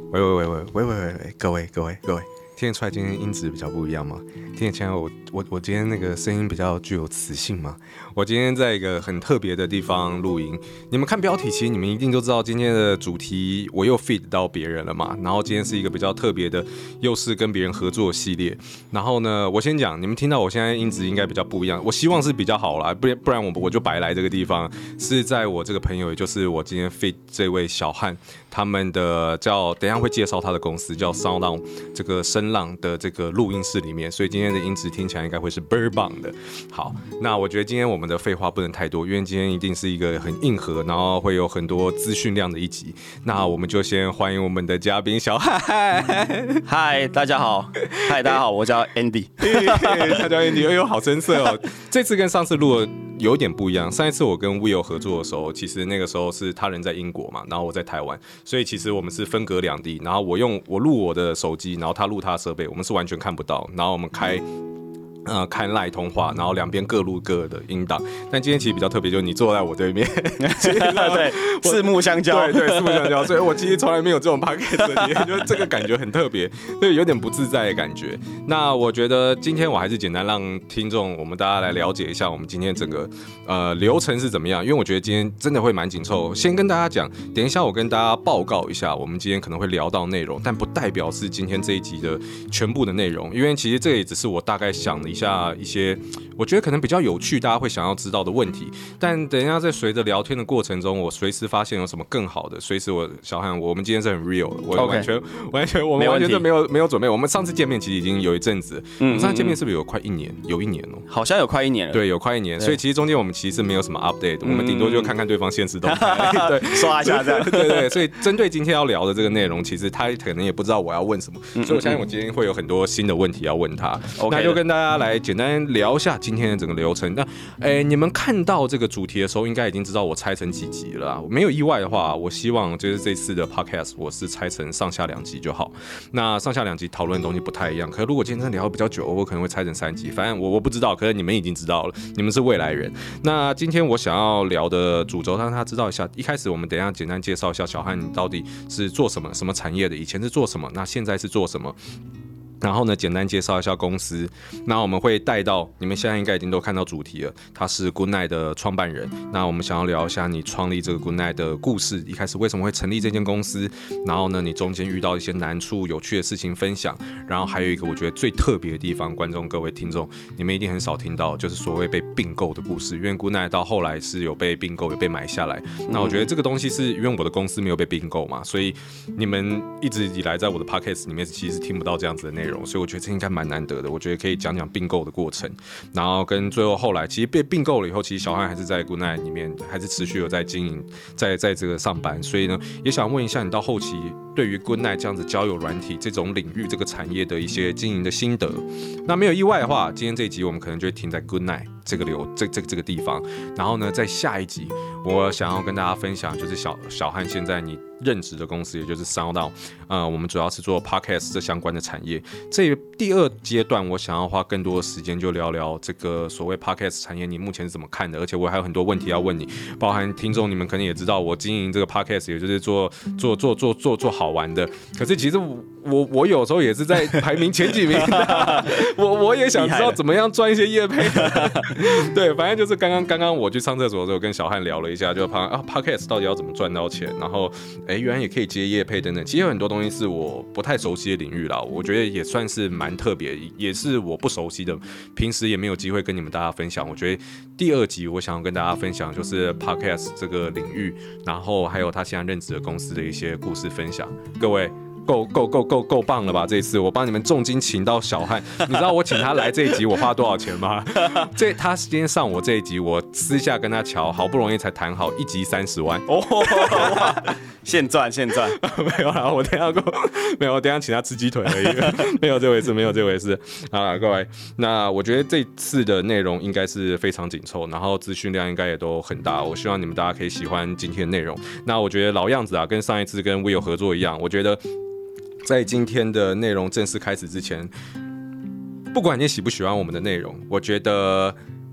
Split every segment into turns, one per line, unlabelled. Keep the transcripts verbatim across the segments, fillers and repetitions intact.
喂喂喂喂喂喂喂喂，各位各位各位，听得出来今天音质比较不一样吗？听得出来我我我今天那个声音比较具有磁性吗？我今天在一个很特别的地方录音，你们看标题，其实你们一定都知道今天的主题我又 feed 到别人了嘛。然后今天是一个比较特别的，又是跟别人合作的系列。然后呢，我先讲，你们听到我现在音质应该比较不一样，我希望是比较好啦，不然不然我我就白来这个地方。是在我这个朋友，也就是我今天 feed 这位小汉，他们的叫，等一下会介绍他的公司叫 SoundOn 这个声浪的这个录音室里面，所以今天的音质听起来应该会是倍儿棒的。好，那我觉得今天我们的废话不能太多，因为今天一定是一个很硬核，然后会有很多资讯量的一集。那我们就先欢迎我们的嘉宾小汉。
嗨，大家好。嗨，大家好，我叫 Andy。
他叫 Andy， 哎呦，好生涩哦。这次跟上次录的有点不一样。上一次我跟 Will 合作的时候，其实那个时候是他人在英国嘛，然后我在台湾，所以其实我们是分隔两地。然后我用我录我的手机，然后他录他的设备，我们是完全看不到。然后我们开。呃，看 LINE 通话，然后两边各录各的音档。但今天其实比较特别，就是你坐在我对面，
对，四目相交，
对对，四目相交。所以我其实从来没有这种 podcast 的体验，就是这个感觉很特别，对，有点不自在的感觉。那我觉得今天我还是简单让听众我们大家来了解一下我们今天整个呃流程是怎么样，因为我觉得今天真的会蛮紧凑。先跟大家讲，等一下我跟大家报告一下我们今天可能会聊到内容，但不代表是今天这一集的全部的内容，因为其实这也只是我大概想的一下一些我觉得可能比较有趣，大家会想要知道的问题。但等一下在随着聊天的过程中，我随时发现有什么更好的，随时我小汉，我们今天是很 real 的，我完全、okay. 完全我们完全都没有没有准备。我们上次见面其实已经有一阵子，嗯、我们上次见面是不是有快一年？有一年哦、喔，
好像有快一年了。
对，有快一年。所以其实中间我们其实没有什么 update，、嗯、我们顶多就看看对方现实动态，对，
刷一下这样。
对 对, 對，所以针对今天要聊的这个内容，其实他可能也不知道我要问什么，嗯、所以我相信我今天会有很多新的问题要问他。嗯、那就跟大家来简单聊一下今天的整个流程。那，哎，你们看到这个主题的时候，应该已经知道我拆成几集了啦。没有意外的话，我希望就是这次的 podcast 我是拆成上下两集就好。那上下两集讨论的东西不太一样，可是如果今天真的聊得比较久，我可能会拆成三集。反正我我不知道，可是你们已经知道了，你们是未来人。那今天我想要聊的主轴，让他知道一下。一开始我们等一下简单介绍一下小汉你到底是做什么，什么产业的，以前是做什么，那现在是做什么。然后呢，简单介绍一下公司。那我们会带到，你们现在应该已经都看到主题了，他是 Goodnight 的创办人。那我们想要聊一下你创立这个 Goodnight 的故事，一开始为什么会成立这间公司？然后呢，你中间遇到一些难处、有趣的事情分享。然后还有一个我觉得最特别的地方，观众各位听众，你们一定很少听到，就是所谓被并购的故事。因为 Goodnight 到后来是有被并购，有被买下来。那我觉得这个东西是因为我的公司没有被并购嘛，所以你们一直以来在我的 podcast 里面其实是听不到这样子的内容。所以我觉得这应该蛮难得的，我觉得可以讲讲并购的过程，然后跟最后后来其实被并购了以后，其实小汉还是在 Goodnight 里面还是持续有在经营，在在这个上班，所以呢，也想问一下你到后期对于 Goodnight 这样子交友软体这种领域这个产业的一些经营的心得。那没有意外的话，今天这一集我们可能就会停在 Goodnight 这个流这这这个地方，然后呢，在下一集我想要跟大家分享就是小小汉现在你任职的公司，也就是 SoundOn， 呃，我们主要是做 Podcast 这相关的产业。这第二阶段，我想要花更多的时间，就聊聊这个所谓 Podcast 产业，你目前是怎么看的？而且我还有很多问题要问你，包含听众你们可能也知道，我经营这个 Podcast， 也就是做做做做做做好玩的。可是其实我我有时候也是在排名前几名的，我我也想知道怎么样赚一些业配。对，反正就是刚刚刚刚我去上厕所的时候，跟小汉聊了一下，就啊 Podcast 到底要怎么赚到钱，然后。哎，原来也可以接业配等等，其实有很多东西是我不太熟悉的领域啦，我觉得也算是蛮特别，也是我不熟悉的，平时也没有机会跟你们大家分享。我觉得第二集我想要跟大家分享就是 Podcast 这个领域，然后还有他现在任职的公司的一些故事分享，各位。够够够够够棒了吧！这一次我帮你们重金请到小汉，你知道我请他来这一集我花多少钱吗？这他今天上我这一集，我私下跟他瞧，好不容易才谈好一集三十万哦，
现赚现赚。
没有啦，我等一下没有，我等一下请他吃鸡腿而已，没有这回事，没有这回事。好啦，各位，那我觉得这次的内容应该是非常紧凑，然后资讯量应该也都很大。我希望你们大家可以喜欢今天的内容。那我觉得老样子啊，跟上一次跟 Will 合作一样，我觉得。在今天的内容正式开始之前，不管你喜不喜欢我们的内容，我觉得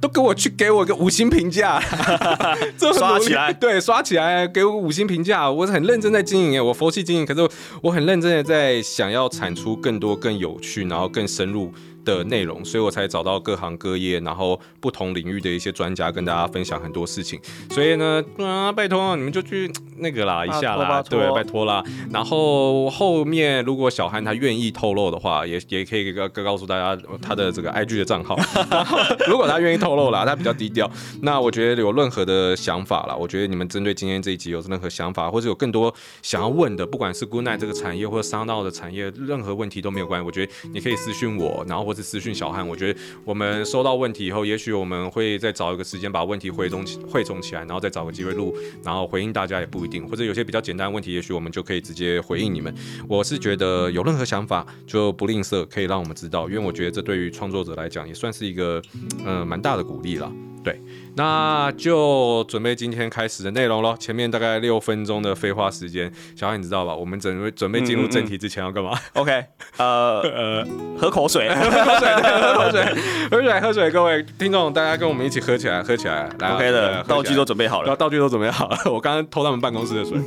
都给我去给我个五星评价，
刷起来，
对，刷起来，给我五星评价。我是很认真在经营，我佛系经营，可是我很认真的在想要产出更多、更有趣，然后更深入的内容，所以我才找到各行各业，然后不同领域的一些专家跟大家分享很多事情。所以呢，啊，拜托你们就去那个啦一下啦，对，拜托啦。然后后面如果小汉他愿意透露的话，也也可以告告诉大家他的这个 I G 的账号。如果他愿意透露啦，他比较低调。那我觉得有任何的想法啦，我觉得你们针对今天这一集有任何想法，或者有更多想要问的，不管是 Good Night 这个产业或者SoundOn的产业，任何问题都没有关系。我觉得你可以私讯我，然后或是私讯小汉。我觉得我们收到问题以后，也许我们会再找一个时间把问题汇总汇总起来，然后再找个机会录，然后回应大家也不一定，或者有些比较简单的问题，也许我们就可以直接回应你们。我是觉得有任何想法就不吝啬，可以让我们知道，因为我觉得这对于创作者来讲也算是一个呃蛮大的鼓励啦。对，那就准备今天开始的内容咯。前面大概六分钟的废话时间，小汉你知道吧？我们准备准备进入正题之前要干嘛、嗯嗯、
？OK， 呃呃，喝口水，
喝口水，对，喝口水，喝水，喝水，各位听众，大家跟我们一起喝起来，喝起来。来
OK 的，道具都准备好了，
道具都准备好了。我刚刚偷他们办公室的水。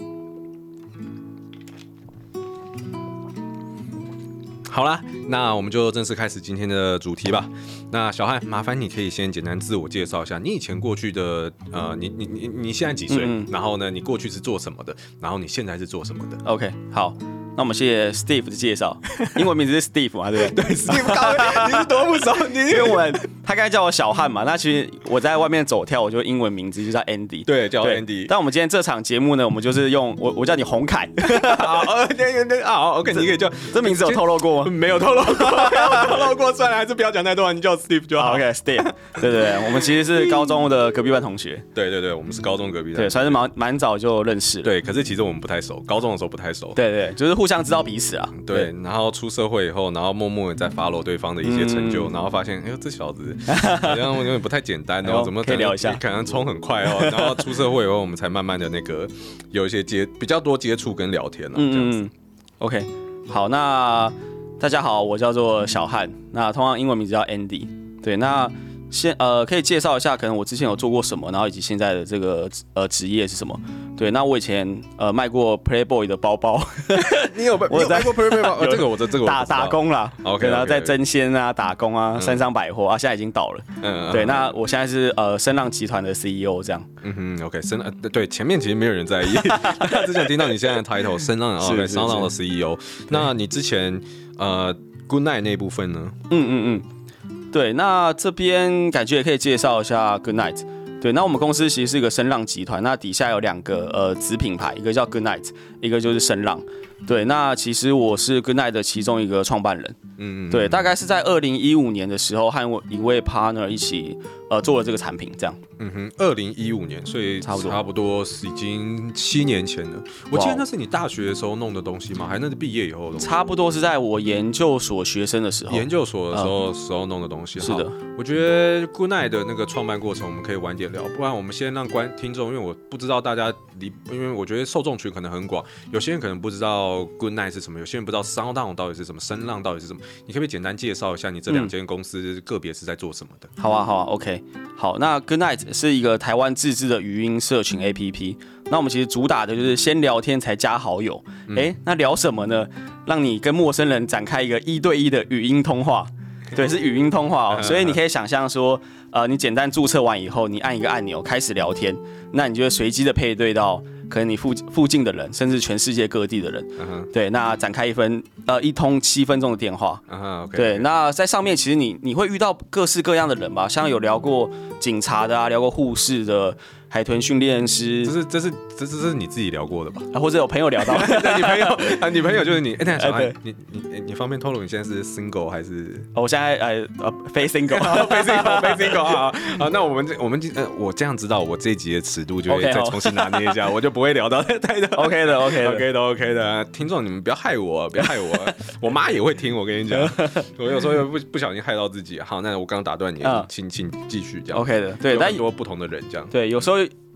好啦，那我们就正式开始今天的主题吧。那小汉，麻烦你可以先简单自我介绍一下，你以前过去的呃，你你你你现在几岁？嗯嗯然后呢，你过去是做什么的？然后你现在是做什么的
？OK， 好，那我们谢谢 Steve 的介绍，英文名字是 Steve 嘛，对不对？
对 ，Steve， 你是多不熟？你
因为我他刚才叫我小汉嘛，那其实我在外面走跳，我就英文名字就叫 Andy，
对，叫 Andy。
但我们今天这场节目呢，我们就是用我我叫你洪凯，
好，好 ，OK， 你可以叫
这名字有透露过吗？
没有透露过，没有透露过，算了，还是不要讲太多，你叫 Steve 就好。
OK，Steve， 对对对，我们其实是高中的隔壁班同学。
对对对，我们是高中隔壁班，
对，算是蛮蛮早就认识了。
对，可是其实我们不太熟，高中的时候不太熟。
对对，就是互相知道彼此啊。
对，然后出社会以后，然后默默的在 follow 对方的一些成就，嗯、然后发现，哎呦，这小子好像有点不太简单哦，怎么
可以聊一下？
可能冲很快哦。然后出社会以后，我们才慢慢的那个有一些接比较多接触跟聊天啊，嗯、这样子。
OK， 好，那大家好，我叫做小汉，那通常英文名字叫 Andy。对，那先呃可以介绍一下，可能我之前有做过什么，然后以及现在的这个呃职业是什么。对，那我以前呃卖过 Playboy 的包包，
你有我有卖过 Playboy 包包？这个我这这个
打打工啦
，OK，
然后在争鲜啊打工啊，嗯、三商百货啊，现在已经倒了。嗯，对，那我现在是呃声浪集团的 C E O 这样。
嗯哼 ，OK， 声浪对前面其实没有人在意，之前听到你现在的 title 声浪，然后声浪的 C E O， 那你之前呃 Good Night 那部分呢？
嗯嗯嗯。对，那这边感觉也可以介绍一下 Good Night。对，那我们公司其实是一个声浪集团，那底下有两个呃子品牌，一个叫 Good Night， 一个就是声浪。对，那其实我是 Good Night 的其中一个创办人。嗯嗯。对，大概是在二零一五年的时候，和我一位 partner 一起呃做了这个产品，这样。
嗯哼，二零一五年，所以差不多差不多是已经七年前了。我记得那是你大学的时候弄的东西吗？还是那是毕业以后的东西？
差不多是在我研究所学生的时候。
研究所的时候、嗯、时候弄的东西。
是的。
我觉得 Good Night 的那个创办过程，我们可以晚点聊，不然我们先让观听众，因为我不知道大家离，因为我觉得受众群可能很广，有些人可能不知道 Good Night 是什么，有些人不知道 SoundOn 到底是什么，声浪到底是什么。你可不可以简单介绍一下你这两间公司个别是在做什么的？
嗯、好啊，好啊 ，OK， 好，那 Good Night 是一个台湾自制的语音社群 A P P。那我们其实主打的就是先聊天才加好友。哎、嗯欸，那聊什么呢？让你跟陌生人展开一个一对一的语音通话。对，是语音通话哦。所以你可以想象说，呃，你简单注册完以后，你按一个按钮开始聊天，那你就会随机的配对到可能你附附近的人，甚至全世界各地的人。Uh-huh. 对，那展开一分呃一通七分钟的电话。Uh-huh, okay. 对，那在上面其实你你会遇到各式各样的人吧，像有聊过警察的啊，聊过护士的。海豚训练师，
这是这是这是这是你自己聊过的吧？
啊，或者有朋友聊到，
对，你朋友啊，你朋友就是你。哎、欸，小孩，你你你方便透露你现在是 single 还是？
哦，我现在呃呃非 single，
非 single， 非 single 啊啊！那我们我们呃，我这样知道，我这一集的尺度就会再重新拿捏一下， okay, 我就不会聊到太多。
OK 的 ，OK 的
，OK 的 ，OK 的。听众你们不要害我，不要害我，我妈也会听。我跟你讲，我有时候又不不小心害到自己。好，那我刚刚打断你，嗯、请请继续这样。
OK 的，对，
有很多不同的人这样。
对，有时候。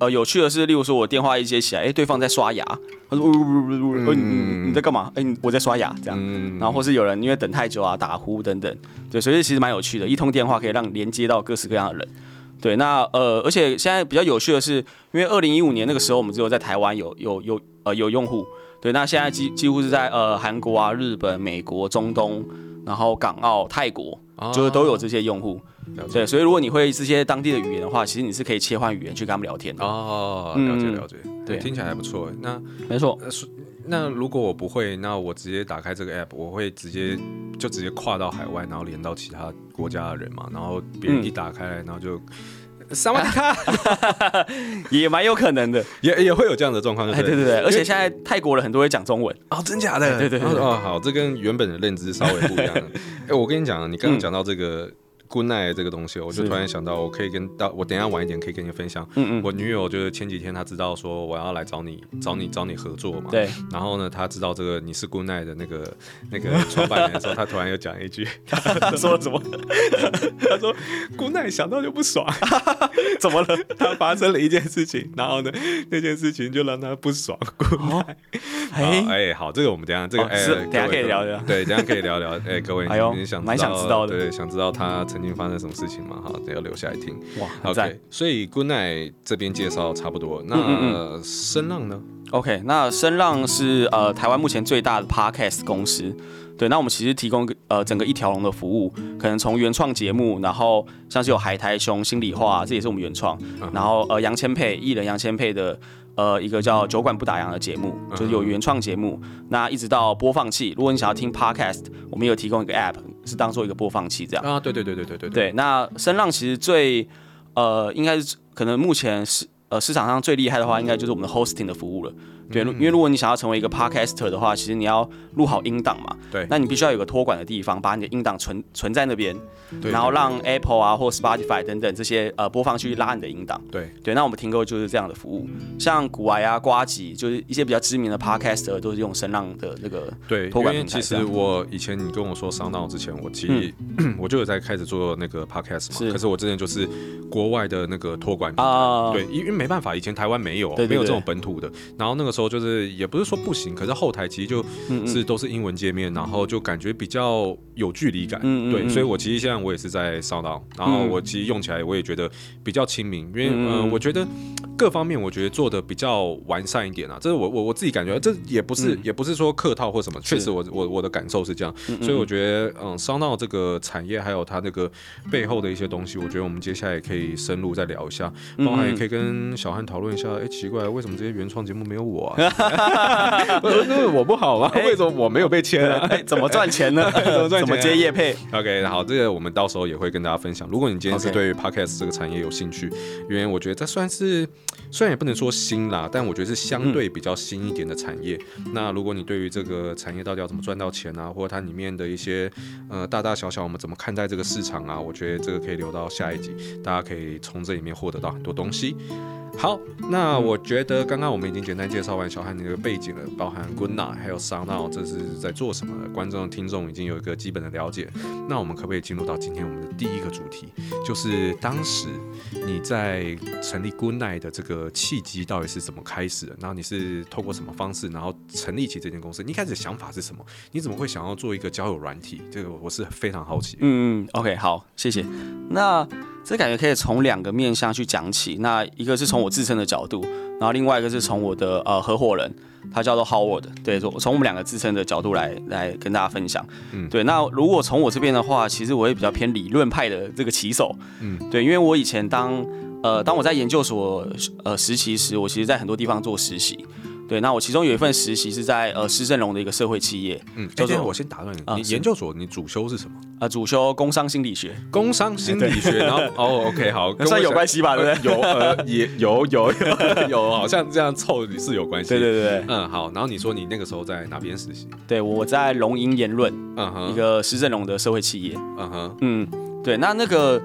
呃有趣的是，例如说我电话一接起来，哎、欸，对方在刷牙，他说，嗯呃、你你在干嘛？哎、欸，我在刷牙，这样。嗯、然后或是有人因为等太久啊，打呼等等，对，所以其实蛮有趣的，一通电话可以让连接到各式各样的人。对，那呃，而且现在比较有趣的是，因为二零一五年那个时候，我们只有在台湾有有有呃有用户，对，那现在几几乎是在呃韩国啊、日本、美国、中东，然后港澳、泰国，哦、就是都有这些用户。对，所以如果你会这些当地的语言的话，其实你是可以切换语言去跟他们聊天的。
哦，了解了解，嗯、
对，
听起来还不错。那
没错。
那如果我不会，那我直接打开这个 app， 我会直接就直接跨到海外，然后连到其他国家的人嘛，然后别人一打开来，然后就萨瓦迪卡，
也蛮有可能的，
也也会有这样的状况，对
对对对，而且现在泰国人很多会讲中文
哦，真假的？
对对对，
哦，好，这跟原本的认知稍微不一样。哎，我跟你讲，你刚刚讲到这个。Good night 这个东西，我就突然想到，我可以跟到我等一下晚一点可以跟你分享。嗯嗯，我女友就是前几天她知道说我要来找你找你找你合作嘛。
对。
然后呢，她知道这个你是 Good night 的那个那个创办人的时候，她突然又讲一句，
她说了什么？
她说 Good night 想到就不爽，
怎么了？
她发生了一件事情，然后呢，那件事情就让她不爽。Good night。哎哎，好，这个我们等一下这个哎，
等一下可以聊聊。
对，等一下可以聊聊。哎，各位，你想
蛮想知道的，
对，想知道他曾经发生什么事情吗？好，要留下来听。
哇 ，OK。
所以 Good night 这边介绍差不多。那、嗯嗯、声浪呢
？OK， 那声浪是呃台湾目前最大的 Podcast 公司。对，那我们其实提供呃整个一条龙的服务，可能从原创节目，然后像是有海苔熊、心里话，这也是我们原创。嗯、然后呃杨千霈艺人杨千霈的。呃，一个叫酒馆不打烊的节目，就是有原创节目。那一直到播放器，如果你想要听 podcast， 我们有提供一个 app， 是当做一个播放器这样。
啊，对对对对对对。
对，那声浪其实最呃，应该是可能目前市呃市场上最厉害的话，应该就是我们的 hosting 的服务了。对，因为如果你想要成为一个 podcaster 的话，其实你要录好音档嘛。
对。
那你必须要有个托管的地方，把你的音档存存在那边，
对。
然后让 Apple 啊或 Spotify 等等这些呃播放器拉你的音档。
对。
对，那我们听歌就是这样的服务。像古癌啊、呱吉，就是一些比较知名的 podcaster 都是用声浪的那个托管平台。
对，因为其实我以前你跟我说SoundOn之前，我其实、嗯、我就有在开始做那个 podcast 嘛。是。可是我之前就是国外的那个托管平台。啊。对，因为没办法，以前台湾没有，对对对没有这种本土的。然后那个时候就是也不是说不行，可是后台其实就是都是英文界面，然后就感觉比较有距离感。嗯嗯对，所以我其实现在我也是在SoundOn，然后我其实用起来我也觉得比较亲民，因为嗯、呃、我觉得各方面我觉得做的比较完善一点啊。这是我我我自己感觉，这也不是、嗯、也不是说客套或什么，确实我我我的感受是这样。嗯嗯所以我觉得嗯SoundOn这个产业还有它那个背后的一些东西，我觉得我们接下来也可以深入再聊一下，包含也可以跟小汉讨论一下。哎，奇怪，为什么这些原创节目没有我啊？那我不好吗？为什么我没有被签啊？
怎么赚钱呢？怎么赚钱、啊？怎么接业配
？OK， 好，这个我们到时候也会跟大家分享。如果你今天是对于 Podcast 这个产业有兴趣， okay. 因为我觉得这算是虽然也不能说新啦，但我觉得是相对比较新一点的产业。嗯、那如果你对于这个产业到底要怎么赚到钱啊，或者它里面的一些呃大大小小我们怎么看待这个市场啊，我觉得这个可以留到下一集，大家可以从这里面获得到很多东西。好，那我觉得刚刚我们已经简单介绍完小汉你的背景了，包含 Good night 还有 SoundOn 这是在做什么的，观众听众已经有一个基本的了解。那我们可不可以进入到今天我们的第一个主题，就是当时你在成立 Good night 的这个契机到底是怎么开始的？然后你是透过什么方式，然后成立起这间公司？你一开始的想法是什么？你怎么会想要做一个交友软体？这个我是非常好奇。
嗯嗯 ，OK， 好，谢谢。那这感觉可以从两个面向去讲起，那一个是从我自身的角度，然后另外一个是从我的呃合伙人，他叫做 Howard， 对，从我们两个自身的角度来来跟大家分享。嗯，对，那如果从我这边的话，其实我会比较偏理论派的这个棋手。嗯，对，因为我以前当呃当我在研究所呃实习时，我其实在很多地方做实习。对，那我其中有一份实习是在呃施正荣的一个社会企业。
嗯，叫做、欸、我先打断你，呃、你研究所你主修是什么？
呃，主修工商心理学。
工商心理学，然后哦 ，OK， 好，
算有关系吧，对不
对？有呃，也有有有有，好像这样凑是有关系。
对对对，
嗯，好。然后你说你那个时候在哪边实习？
对，我在龙吟言论，嗯哼，一个施正荣的社会企业。嗯哼，嗯，对，那那个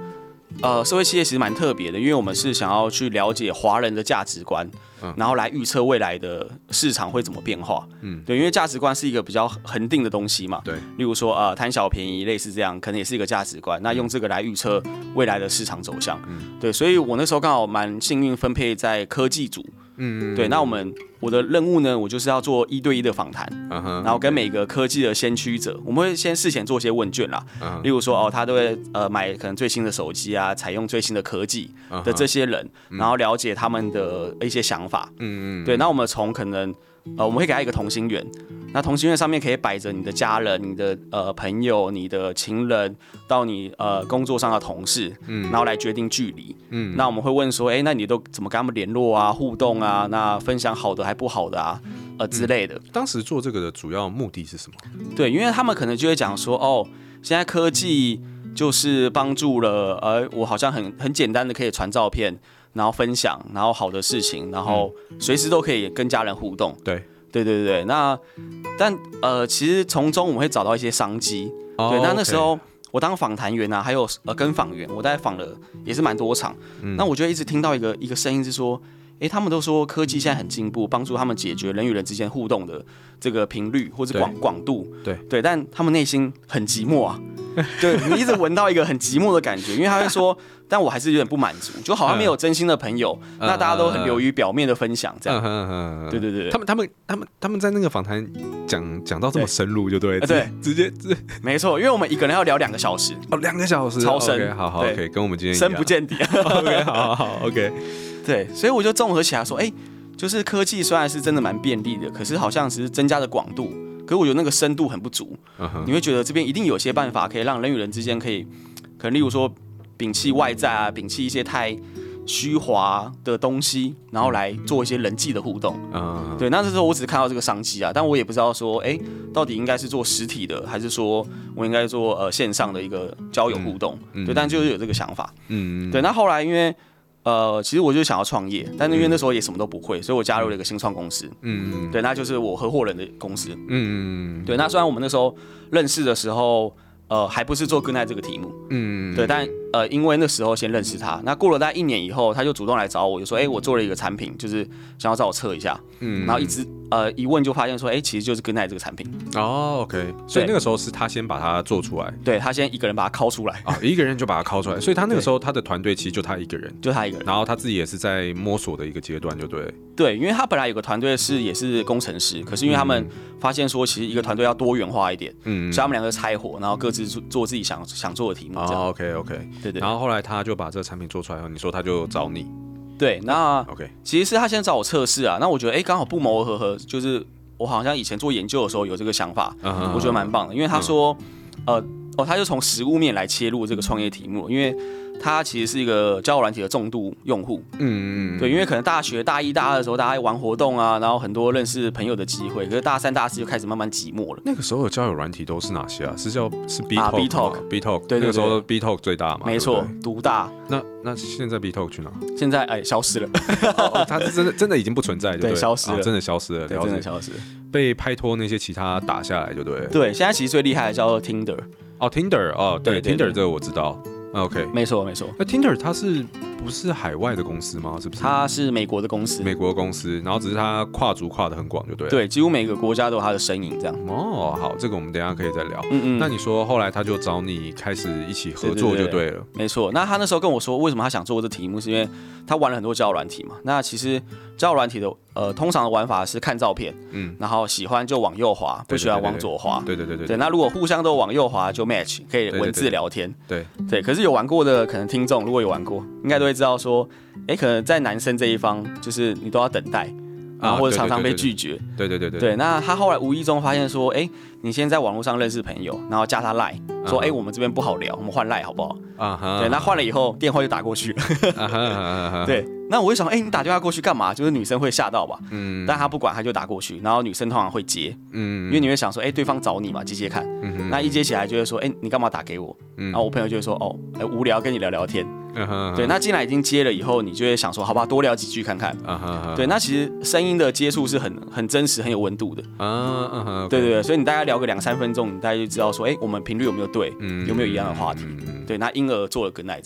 呃，社会企业其实蛮特别的，因为我们是想要去了解华人的价值观，嗯、然后来预测未来的市场会怎么变化。嗯，对，因为价值观是一个比较恒定的东西嘛。
对，
例如说呃贪小便宜，类似这样，可能也是一个价值观。那用这个来预测未来的市场走向。嗯，对，所以我那时候刚好蛮幸运分配在科技组。嗯，对，那我们我的任务呢，我就是要做一对一的访谈， uh-huh, 然后跟每个科技的先驱者，我们会先事前做些问卷啦， uh-huh. 例如说哦，他都会呃买可能最新的手机啊，采用最新的科技的这些人， uh-huh. 然后了解他们的一些想法。嗯嗯，对，那我们从可能呃，我们会给他一个同心圆。那同心圆上面可以摆着你的家人、你的呃朋友、你的情人，到你呃工作上的同事，嗯，然后来决定距离。嗯，那我们会问说，哎、欸，那你都怎么跟他们联络啊、互动啊？那分享好的还不好的啊，呃之类的、嗯。
当时做这个的主要目的是什么？
对，因为他们可能就会讲说，哦，现在科技就是帮助了，呃，我好像很很简单的可以传照片，然后分享，然后好的事情，然后随时都可以跟家人互动。
对。
对对对，那但呃，其实从中我们会找到一些商机。Oh, 对，那那时候、okay. 我当访谈员啊，还有呃跟访员，我大概访了也是蛮多场。嗯、那我就一直听到一个一个声音是说，哎，他们都说科技现在很进步，帮助他们解决人与人之间互动的这个频率或者广广度。
对
对，但他们内心很寂寞啊。对，你一直闻到一个很寂寞的感觉，因为他会说，但我还是有点不满足，就好像没有真心的朋友，嗯、那大家都很流于表面的分享，这样。嗯嗯嗯、对对对，
他们他们他们他们在那个访谈讲讲到这么深入，就对，
对，
直接直
没错，因为我们一个人要聊两个小时，
哦，两个小时，
超深，
okay, 好好 ，OK， 跟我们今天
深不见底
，OK， 好好好 ，OK，
对，所以我就综合起来说，哎、欸，就是科技虽然是真的蛮便利的，可是好像只是增加了广度。可是我觉得那个深度很不足， uh-huh. 你会觉得这边一定有些办法可以让人与人之间可以，可能例如说摒弃外在啊，摒弃一些太虚华的东西，然后来做一些人际的互动。Uh-huh. 对，那这时候我只是看到这个商机啊，但我也不知道说，哎、欸，到底应该是做实体的，还是说我应该做呃线上的一个交友互动？嗯、对，但就是有这个想法。嗯，对，那后来因为。呃，其实我就想要创业，但是因为那时候也什么都不会，所以我加入了一个新创公司。嗯，对，那就是我合伙人的公司。嗯，对，那虽然我们那时候认识的时候，呃，还不是做 Goodnight 这个题目。嗯，对，但呃，因为那时候先认识他，那过了大概一年以后，他就主动来找我，就说，哎、欸，我做了一个产品，就是想要找我测一下。嗯，然后一直呃一问就发现说，哎、欸，其实就是 Goodnight 这个产品。
哦 ，OK， 所以那个时候是他先把它做出来，
对他先一个人把它拷出来
啊，一个人就把它拷出来，所以他那个时候他的团队其实就他一个人，
就他一个人，
然后他自己也是在摸索的一个阶段，就对了。
对，因为他本来有个团队是也是工程师，可是因为他们发现说，其实一个团队要多元化一点，嗯，所以他们两个拆伙，然后各自做自己想想做的题目。
哦 ，OK OK，
对 对, 對。
然后后来他就把这个产品做出来后，你说他就找你。
对，那
OK，
其实是他先找我测试啊，那我觉得哎，刚好不谋而合合，就是我好像以前做研究的时候有这个想法， uh-huh, 我觉得蛮棒的，因为他说，嗯、呃，哦，他就从实物面来切入这个创业题目，因为他其实是一个交友软体的重度用户，嗯嗯，对，因为可能大学大一大二的时候，大家玩活动啊，然后很多认识朋友的机会，可是大三大四就开始慢慢寂寞了。
那个时候的交友软体都是哪些啊？是叫是 B Talk
啊 B Talk
B Talk，
对对对，
那个时候 B Talk 最大嘛，
没错，独大。
那那现在 B Talk 去哪？
现在哎消失了，
哦，它是真的真的已经不存在，对，
消失了，
真的消失了，
真的消失了，
被拍拖那些其他打下来，就对。
对，现在其实最厉害的叫做 Tinder。
哦 ，Tinder， 哦，对 ，Tinder 这个我知道。OK，
没错没错。
那 Tinder 它是不是海外的公司吗？是不是？
它是美国的公司，
美国的公司，然后只是它跨足跨得很广，就对了。
对，几乎每个国家都有它的身影，这样。
哦，好，这个我们等一下可以再聊。嗯嗯。那你说后来他就找你开始一起合作就对了。
对对对，没错。那他那时候跟我说，为什么他想做这题目，是因为他玩了很多交友软体嘛。那其实交友软体的呃，通常的玩法是看照片，嗯，然后喜欢就往右滑，不喜欢往左滑。
对对对 对, 對, 對, 對。
那如果互相都往右滑，就 match， 可以文字聊天。
对 對,
對, 對。可是有玩过的可能听众，如果有玩过，应该都会知道说，哎、欸，可能在男生这一方，就是你都要等待。啊，或者常常被拒绝。
对对对对。
对，那他后来无意中发现说，哎、欸，你先在网络上认识朋友，然后加他 Line， 说，哎、欸，我们这边不好聊，我们换 Line 好不好？啊哈。对，那换了以后，电话就打过去了。啊哈啊哈。对，那我就想，哎、欸，你打电话过去干嘛？就是女生会嚇到吧？嗯。但他不管，他就打过去，然后女生通常会接，嗯，因为你会想说，哎、欸，对方找你嘛，接接看。嗯。那一接起来就会说，哎、欸，你干嘛打给我？嗯。然后我朋友就会说，哦，哎、欸，无聊，跟你聊聊天。Uh-huh. 对，那既然已经接了以后，你就会想说，好吧，多聊几句看看。Uh-huh. 对，那其实声音的接触是很很真实、很有温度的。Uh-huh. Okay. 对对对，所以你大概聊个两三分钟，你大概就知道说，哎、欸，我们频率有没有对、嗯，有没有一样的话题。嗯、对，那因而做了Goodnight这样。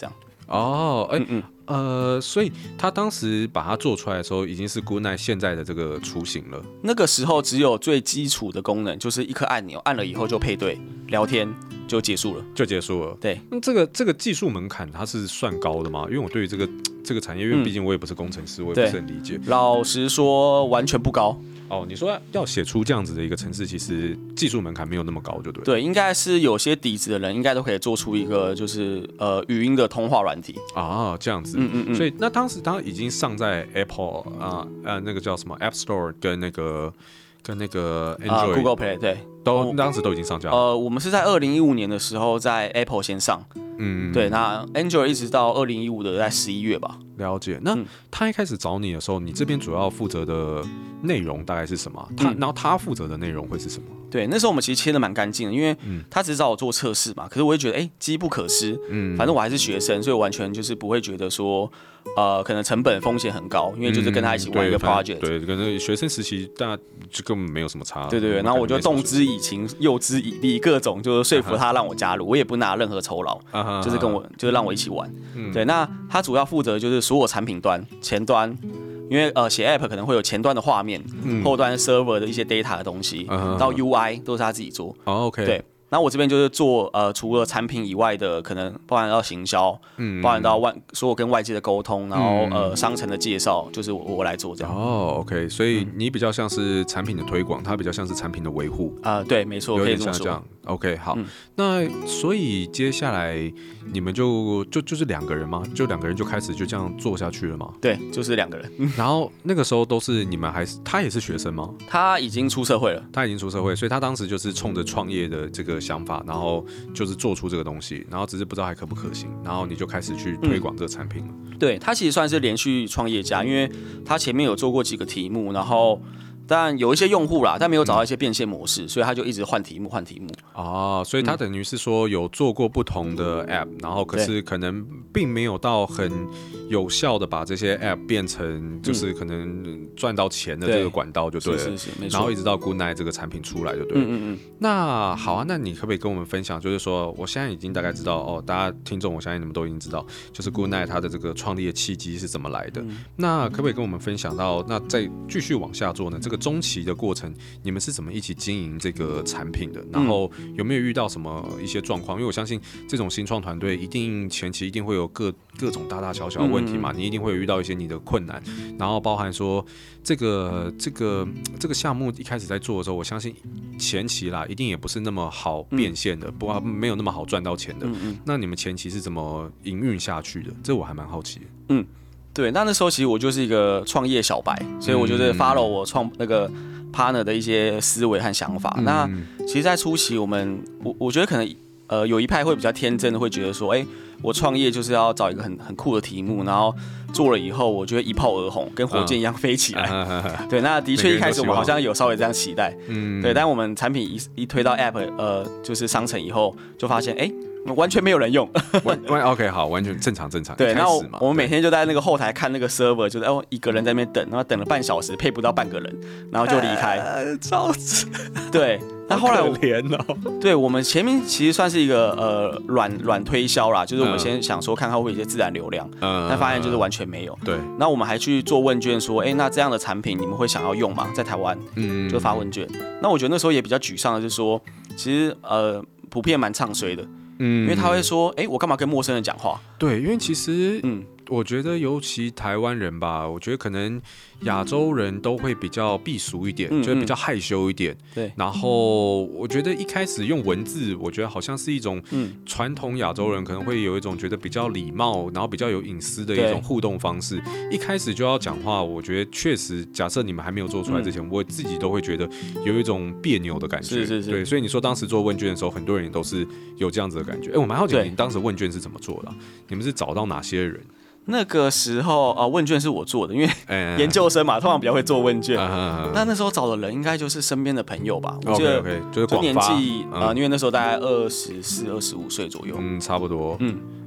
哦，哎、欸嗯嗯，呃，所以他当时把它做出来的时候，已经是 Goodnight 现在的这个雏形了。
那个时候只有最基础的功能，就是一颗按钮，按了以后就配对聊天。就结束了，
就结束了。
对，
那这个这个技术门槛它是算高的吗？因为我对于这个这个产业，因为毕竟我也不是工程师，嗯、我也不是很理解。
老实说，完全不高。
哦，你说要写出这样子的一个程式，其实技术门槛没有那么高，就对。
对，应该是有些底子的人，应该都可以做出一个就是呃语音的通话软体
啊，这样子。嗯嗯嗯。所以那当时它已经上在 Apple 啊呃那个叫什么 App Store 跟那个跟那个 Android、
uh, Google Play 对。
都当时都已经上架了。
呃，我们是在二零一五年的时候在 Apple 先上，嗯，对，那 Android 一直到二零一五的在十一月吧。
了解。那、嗯、他一开始找你的时候，你这边主要负责的内容大概是什么？他、嗯、然后他负责的内容会是什么？
对，那时候我们其实切的蛮干净的，因为他只找我做测试嘛。可是我会觉得，哎、欸，机不可失，嗯，反正我还是学生，所以完全就是不会觉得说，呃，可能成本风险很高，因为就是跟他一起玩一个 project，、嗯、
对，可能学生时期大家就根本没有什么差。
对对对，然后我就动之以情，诱之以利，各种就是说服他让我加入，我也不拿任何酬劳，uh-huh. 就是跟我就是让我一起玩。嗯、对，那他主要负责就是所有产品端、前端。因为呃写 App 可能会有前端的画面、嗯、后端 server 的一些 data 的东西， uh-huh. 到 U I 都是他自己做。
哦 ，OK。
对，那我这边就是做呃除了产品以外的，可能包含到行销，嗯，包含到外所有跟外界的沟通，然后、嗯、呃商城的介绍，就是我我来做这样。
哦 ，OK， 所以你比较像是产品的推广，它比较像是产品的维护。
啊、呃，对，没错，可以这么说。
OK， 好、嗯，那所以接下来你们就就就是两个人吗？就两个人就开始就这样做下去了吗？
对，就是两个人。
然后那个时候都是你们还是他也是学生吗？
他已经出社会了，
他已经出社会，所以他当时就是冲着创业的这个想法，然后就是做出这个东西，然后只是不知道还可不可行，然后你就开始去推广这个产品了。
嗯、对，他其实算是连续创业家，因为他前面有做过几个题目，然后。但有一些用户啦，但没有找到一些变现模式，所以他就一直换题目换题目。
哦，所以他等于是说有做过不同的 app，、嗯、然后可是可能并没有到很有效的把这些 app 变成就是可能赚到钱的这个管道就对了。
是是是，没错。
然后一直到 Goodnight 这个产品出来就对了。嗯嗯嗯。那好啊，那你可不可以跟我们分享，就是说我现在已经大概知道哦，大家听众我相信你们都已经知道，就是 Goodnight 它的这个创立的契机是怎么来的。嗯、那可不可以跟我们分享到，那再继续往下做呢？这个中期的过程，你们是怎么一起经营这个产品的？然后有没有遇到什么一些状况？因为我相信这种新创团队一定前期一定会有各各种大大小小的问题嘛，嗯嗯，你一定会有遇到一些你的困难，然后包含说这个这个这个项目一开始在做的时候，我相信前期啦一定也不是那么好变现的，不、嗯、没有那么好赚到钱的。嗯嗯，那你们前期是怎么营运下去的？这我还蛮好奇的。
嗯，对，那那时候其实我就是一个创业小白，所以我就是 follow 我创那个 partner 的一些思维和想法。嗯、那其实，在初期我们我我觉得可能呃有一派会比较天真的会觉得说，哎、欸，我创业就是要找一个很很酷的题目，然后做了以后，我就会一炮而红，跟火箭一样飞起来。嗯、对，那的确一开始我们好像有稍微这样期待。嗯，对，但我们产品一一推到 App 呃就是商城以后，就发现哎。欸完全没有人用
，OK 好，完全正常正常。
对，然后我们每天就在那个后台看那个 server， 就是哦一个人在那边等，然后等了半小时，配不到半个人，然后就离开。
呃，超级。
对，那后来
我可怜哦。
对我们前面其实算是一个呃软软推销啦，就是我们先想说看看会有一些自然流量，嗯，但发现就是完全没有。
对，
那我们还去做问卷说，哎、欸，那这样的产品你们会想要用吗？在台湾，嗯，就发问卷。那我觉得那时候也比较沮丧的，就是说，其实呃普遍蛮唱衰的。嗯，因为他会说，哎、欸，我干嘛跟陌生人讲话？
对，因为其实，嗯，我觉得尤其台湾人吧，我觉得可能亚洲人都会比较避俗一点，嗯、就是比较害羞一点。
对，
然后我觉得一开始用文字，我觉得好像是一种传统亚洲人可能会有一种觉得比较礼貌，然后比较有隐私的一种互动方式。一开始就要讲话，我觉得确实，假设你们还没有做出来之前，嗯、我自己都会觉得有一种别扭的感觉。
是是是。
对，所以你说当时做问卷的时候，很多人也都是有这样子的感觉。哎、欸，我蛮好奇，你当时问卷是怎么做的、啊？你们是找到哪些人？
那个时候啊、呃，问卷是我做的，因为研究生嘛，通常比较会做问卷。嗯、那那时候找的人应该就是身边的朋友吧。我记得
okay, okay, 就是
就年纪啊、嗯呃，因为那时候大概二十四、二十五岁左右。
嗯，差不多。嗯，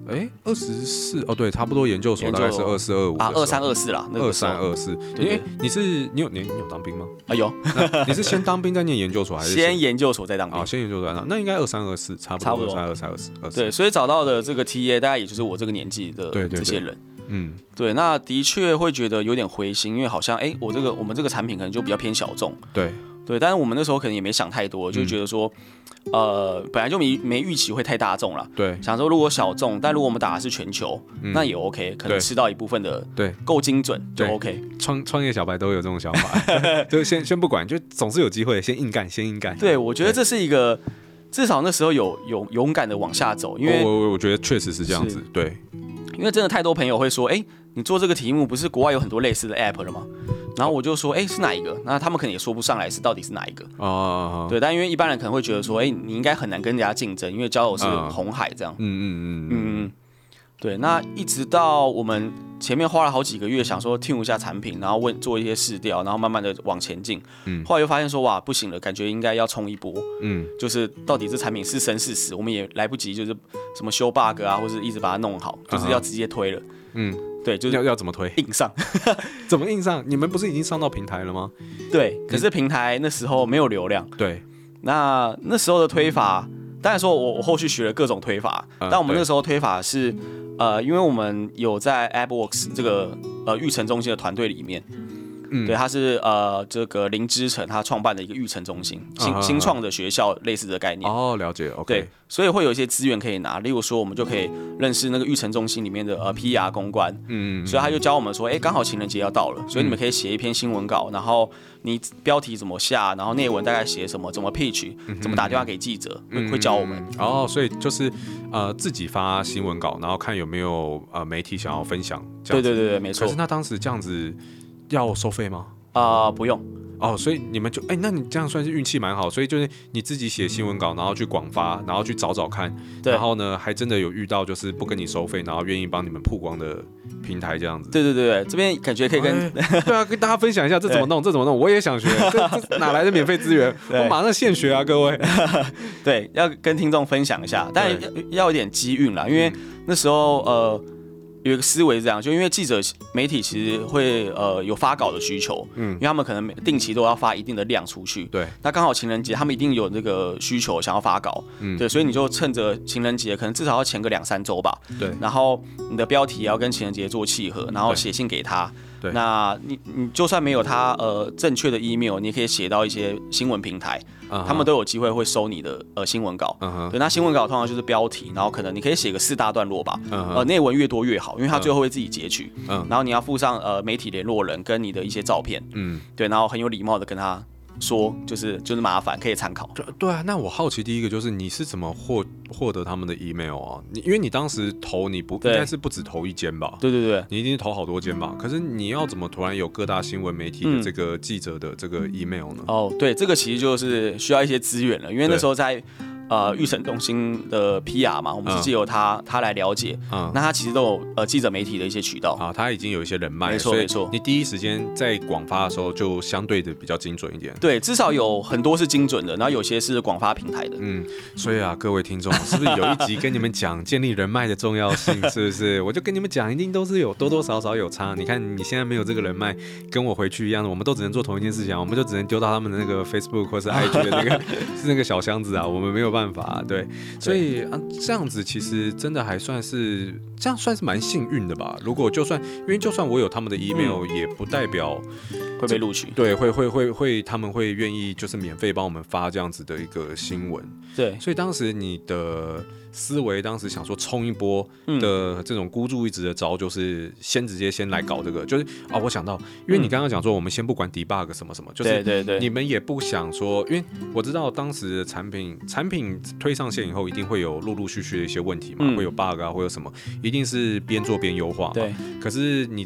哎，二十四哦，对，差不多研究所大概是二四二五
啊，二三二四啦，
二三二四。因为你是你有你你有当兵吗？
啊有，
你是先当兵再念研究所还是
先研究所再当兵？
啊，先研究所再当，那应该二三二四，差不多。差不多二三二四二四。
对，所以找到的这个 T A 大概也就是我这个年纪的这些人。
嗯，
对，那的确会觉得有点灰心，因为好像哎，我这个我们这个产品可能就比较偏小众。
对。
对，但是我们那时候可能也没想太多，就觉得说，嗯、呃，本来就没没预期会太大众了。
对，
想说如果小众，但如果我们打的是全球，嗯、那也 OK， 可能吃到一部分的，
对，
够精准就 OK。
创创业小白都有这种想法，就先先不管，就总是有机会，先硬干，先硬干。
对，我觉得这是一个，至少那时候有有勇敢的往下走，因为
我我我觉得确实是这样子，对，
因为真的太多朋友会说，哎、欸，你做这个题目不是国外有很多类似的 App 了吗？然后我就说，哎、欸，是哪一个？那他们可能也说不上来是到底是哪一个。哦，对，但因为一般人可能会觉得说，哎、欸，你应该很难跟人家竞争，因为交友是红海这样。嗯嗯嗯嗯。对，那一直到我们前面花了好几个月，想说 tune 一下产品，然后问做一些试调，然后慢慢的往前进。嗯。后来又发现说，哇，不行了，感觉应该要冲一波。嗯。就是到底这产品是生是死，我们也来不及，就是什么修 bug 啊，或者一直把它弄好，就是要直接推了。嗯。对，就是
要要怎么推？
硬上，
怎么硬上？你们不是已经上到平台了吗？
对，可是平台那时候没有流量。
对，
那那时候的推法，当然说我我后续学了各种推法，嗯、但我们那时候推法是，呃，因为我们有在 AppWorks 这个呃育成中心的团队里面。嗯、对，他是呃这个林之成他创办的一个育成中心，新、啊、新创的学校类似的概念。
哦，了解 ，OK。
对，所以会有一些资源可以拿，例如说我们就可以认识那个育成中心里面的呃 P R 公关，嗯，所以他就教我们说，哎，刚好情人节要到了，所以你们可以写一篇新闻稿，然后你标题怎么下，然后内文大概写什么，怎么 pitch，、嗯、怎么打电话给记者，嗯、会会教我们。
哦，所以就是呃自己发新闻稿，然后看有没有呃媒体想要分享。
对对对对，没错。
可是那当时这样子。要收费吗？
啊、呃，不用。
哦，所以你们就哎、欸，那你这样算是运气蛮好，所以就是你自己写新闻稿，然后去广发，然后去找找看，然后呢，还真的有遇到就是不跟你收费，然后愿意帮你们曝光的平台这样子。
对对对对，这边感觉可以跟、
哎、对啊，跟大家分享一下这怎么弄，这怎么弄，我也想学，这这哪来的免费资源？我马上现学啊，各位。
对，要跟听众分享一下，但要要有点机运啦，因为那时候呃。有一个思维是这样，就因为记者媒体其实会呃有发稿的需求，嗯，因为他们可能定期都要发一定的量出去，
对。
那刚好情人节他们一定有那个需求想要发稿，嗯，对，所以你就趁着情人节，可能至少要前个两三周吧，
对。
然后你的标题也要跟情人节做契合，然后写信给他。对，那你你就算没有他呃正确的 email， 你也可以写到一些新闻平台， uh-huh. 他们都有机会会收你的呃新闻稿。Uh-huh. 对，那新闻稿通常就是标题，然后可能你可以写个四大段落吧， uh-huh. 呃内文越多越好，因为他最后会自己截取， uh-huh. 然后你要附上呃媒体联络人跟你的一些照片，嗯，对，然后很有礼貌的跟他说，就是就是麻烦可以参考。
对啊，那我好奇第一个就是你是怎么获获得他们的 email 啊？你因为你当时投你不应该是不止投一间吧？
对对对，
你一定投好多间吧？可是你要怎么突然有各大新闻媒体的这个记者的这个 email 呢？
嗯、哦，对，这个其实就是需要一些资源了，因为那时候在。呃，育成中心的 P R 嘛，我们是借由他、嗯、他来了解，嗯，那他其实都有呃记者媒体的一些渠道
啊，他已经有一些人脉，
没错没错，
你第一时间在广发的时候就相对的比较精准一点，
对，至少有很多是精准的，然后有些是广发平台的，
嗯，所以啊，各位听众，是不是有一集跟你们讲建立人脉的重要性？是不是？我就跟你们讲，一定都是有多多少少有差。你看你现在没有这个人脉，跟我回去一样的，我们都只能做同一件事情，我们就只能丢到他们的那个 Facebook 或是 I G 的那个是那个小箱子啊，我们没有办法，对。所以啊，这样子其实真的还算是，这样算是蛮幸运的吧。如果就算，因为就算我有他们的 email，、嗯、也不代表
会被录取。
对，会会会会，他们会愿意就是免费帮我们发这样子的一个新闻。
对，
所以当时你的思维，当时想说冲一波的这种孤注一掷的招，就是先直接先来搞这个，就是啊，我想到，因为你刚刚讲说，我们先不管 debug 什么什么，就是
对对对，
你们也不想说，因为我知道当时的产品产品推上线以后，一定会有陆陆续续的一些问题嘛，嗯、会有 bug 啊，会有什么，一定是边做边优化嘛。
对。
可是你在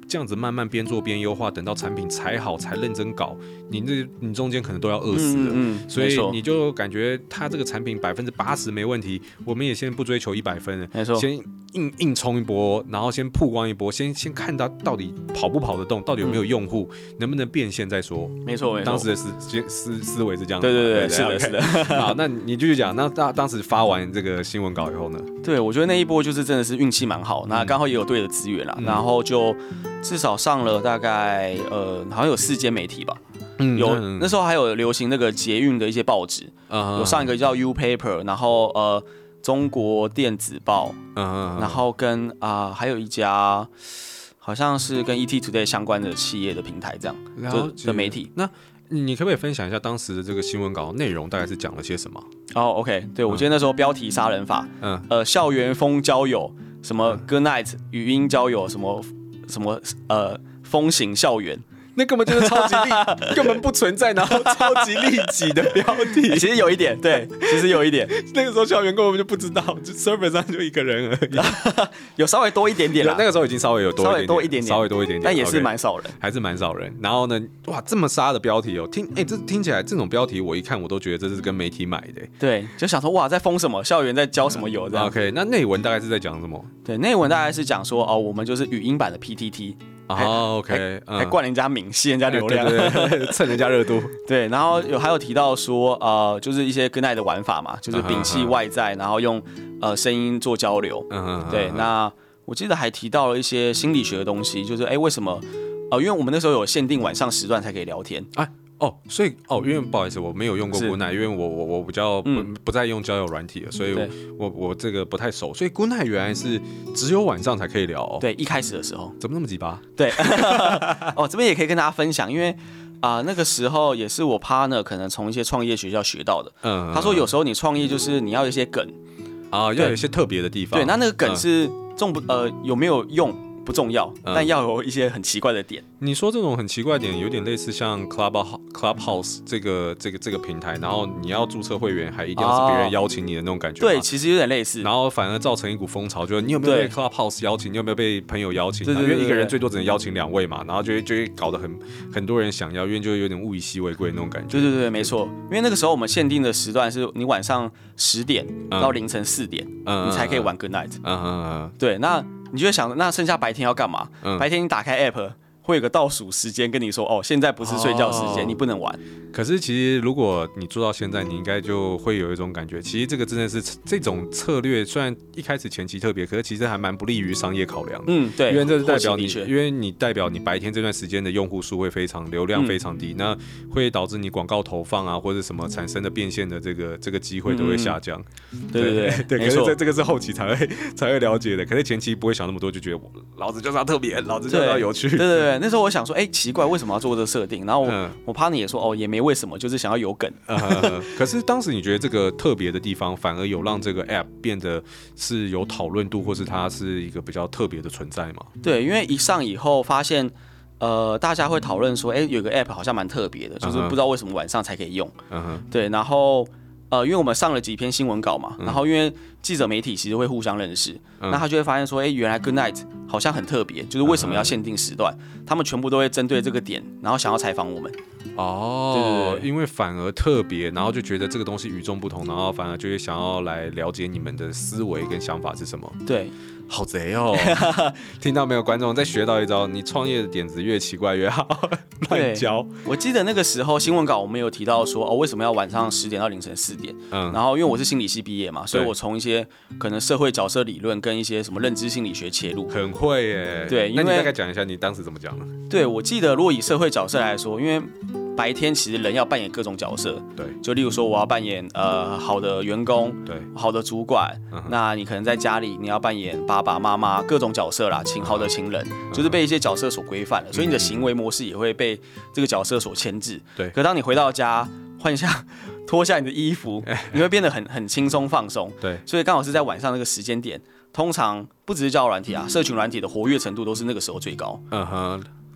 这样子慢慢边做边优化，等到产品才好才认真搞，你这你中间可能都要饿死了。嗯嗯、所以你就感觉它这个产品百分之八十没问题，我们也先不追求一百分了，
没错，
先硬硬冲一波，然后先曝光一波，先先看它到底跑不跑得动，到底有没有用户，嗯、能不能变现再说。
没错，没错，
当时的思思思维是这样的。
对对对，是的，是的。
好，那你继续讲。那当当时发完这个新闻稿以后呢？
对，我觉得那一波就是真的是运气蛮好，那刚好也有对的资源啦，嗯、然后就至少上了大概呃，好像有四间媒体吧。嗯，有那时候还有流行那个捷运的一些报纸，嗯、有上一个叫 U Paper， 然后呃中国电子报，嗯、然后跟啊、呃、还有一家好像是跟 E T Today 相关的企业的平台这样的媒体。
那你可不可以分享一下当时的这个新闻稿内容大概是讲了些什么？
哦、oh, ，OK， 对，我记得那时候标题杀人法，嗯，呃，校园风交友，什么 Good Night 语音交友，什么什么呃风行校园。
那根本就是超级利，根本不存在，然后超级利己的标题。
其实有一点，对，其实有一点。
那个时候校园根本就不知道，就 server 上就一个人而已，
有稍微多一点点啦。
那个时候已经稍微有多一点点，
稍微多一点点，
稍微多一点点，
但也是蛮少人，
okay, 还是蛮少人。然后呢，哇，这么杀的标题哦，听，哎、欸，这听起来这种标题，我一看我都觉得这是跟媒体买的。
对，就想说哇，在封什么？校园在教什么油这样。
OK， 那内文大概是在讲什么？
对，内文大概是讲说哦，我们就是语音版的 P T T。
哦 ，OK，
还灌人家名，吸人家流量，
对对对，蹭人家热度。
对，然后有还有提到说，呃，就是一些 Good Night 的玩法嘛，就是摒弃外在，然后用呃声音做交流。嗯对，那我记得还提到了一些心理学的东西，就是哎，为什么？呃，因为我们那时候有限定晚上时段才可以聊天。哎。
哦，所以哦，因为不好意思，我没有用过 Good Night， 因为我我我比较不、嗯、不再用交友软体了，所以我我我这个不太熟。所以 Good Night 原来是只有晚上才可以聊、哦。
对，一开始的时候
怎么那么鸡巴？
对，哦，这边也可以跟大家分享，因为啊、呃、那个时候也是我 partner 可能从一些创业学校学到的。嗯，他说有时候你创业就是你要有一些梗
啊，要有一些特别的地方。
对，那那个梗是重不呃有没有用？不重要，但要有一些很奇怪的点。
你说这种很奇怪的点，有点类似像 Club Clubhouse 这个这个这个平台，然后你要注册会员，还一定要是别人邀请你的那种感觉。
对，其实有点类似。
然后反而造成一股风潮，就是你有没有被 Clubhouse 邀请，你有没有被朋友邀请？因为一个人最多只能邀请两位嘛，然后就会就会搞得很很多人想要，因为就有点物以稀为贵那种感觉。
对对对，没错。因为那个时候我们限定的时段是你晚上十点到凌晨四点，嗯、你才可以玩 Good Night。嗯嗯嗯。对，那。你就会想，那剩下白天要干嘛？嗯、白天你打开 app 会有个倒数时间跟你说，哦，现在不是睡觉时间，哦、你不能玩。
可是其实如果你做到现在，你应该就会有一种感觉，其实这个真的是这种策略，虽然一开始前期特别，可是其实还蛮不利于商业考量的。嗯，
对，
因为这是代表你，因为你代表你白天这段时间的用户数会非常流量非常低，嗯、那会导致你广告投放啊或者什么产生的变现的这个这个机会都会下降。
嗯、对对对对，
可是这这个是后期才会才会了解的，可是前期不会想那么多，就觉得我老子就是要特别，老子就是要有趣。
对对对，那时候我想说，哎、欸，奇怪，为什么要做这个设定？然后我、嗯、我 partner 也说，哦，也没为什么，就是想要有梗。
呃、可是当时你觉得这个特别的地方，反而有让这个 app 变得是有讨论度，或是它是一个比较特别的存在吗？
对，因为一上以后发现，呃，大家会讨论说，哎、欸，有个 app 好像蛮特别的，就是不知道为什么晚上才可以用。嗯哼，对，然后。呃，因为我们上了几篇新闻稿嘛，嗯、然后因为记者媒体其实会互相认识，嗯、那他就会发现说，哎、欸，原来 Good Night 好像很特别，就是为什么要限定时段？嗯、他们全部都会针对这个点，然后想要采访我们。
哦，对对对，因为反而特别，然后就觉得这个东西与众不同，然后反而就会想要来了解你们的思维跟想法是什么。
对。
好贼哦！听到没有，观众再学到一招，你创业的点子越奇怪越好，乱教。
我记得那个时候新闻稿我们有提到说，哦，为什么要晚上十点到凌晨四点？嗯，然后因为我是心理系毕业嘛，所以我从一些可能社会角色理论跟一些什么认知心理学切入，
很会耶。
对，因为
那你大概讲一下你当时怎么讲呢？
对，我记得如果以社会角色来说，因为白天其实人要扮演各种角色，
对，
就例如说我要扮演呃好的员工，
对，
好的主管，嗯、那你可能在家里你要扮演爸爸妈妈各种角色啦，情好的情人，嗯、就是被一些角色所规范了，嗯、所以你的行为模式也会被这个角色所牵制。
对，
可当你回到家换下脱下你的衣服，你会变得很很轻松放松。
对，
所以刚好是在晚上那个时间点，通常不只是交友软体啊，社群软体的活跃程度都是那个时候最高。嗯哼。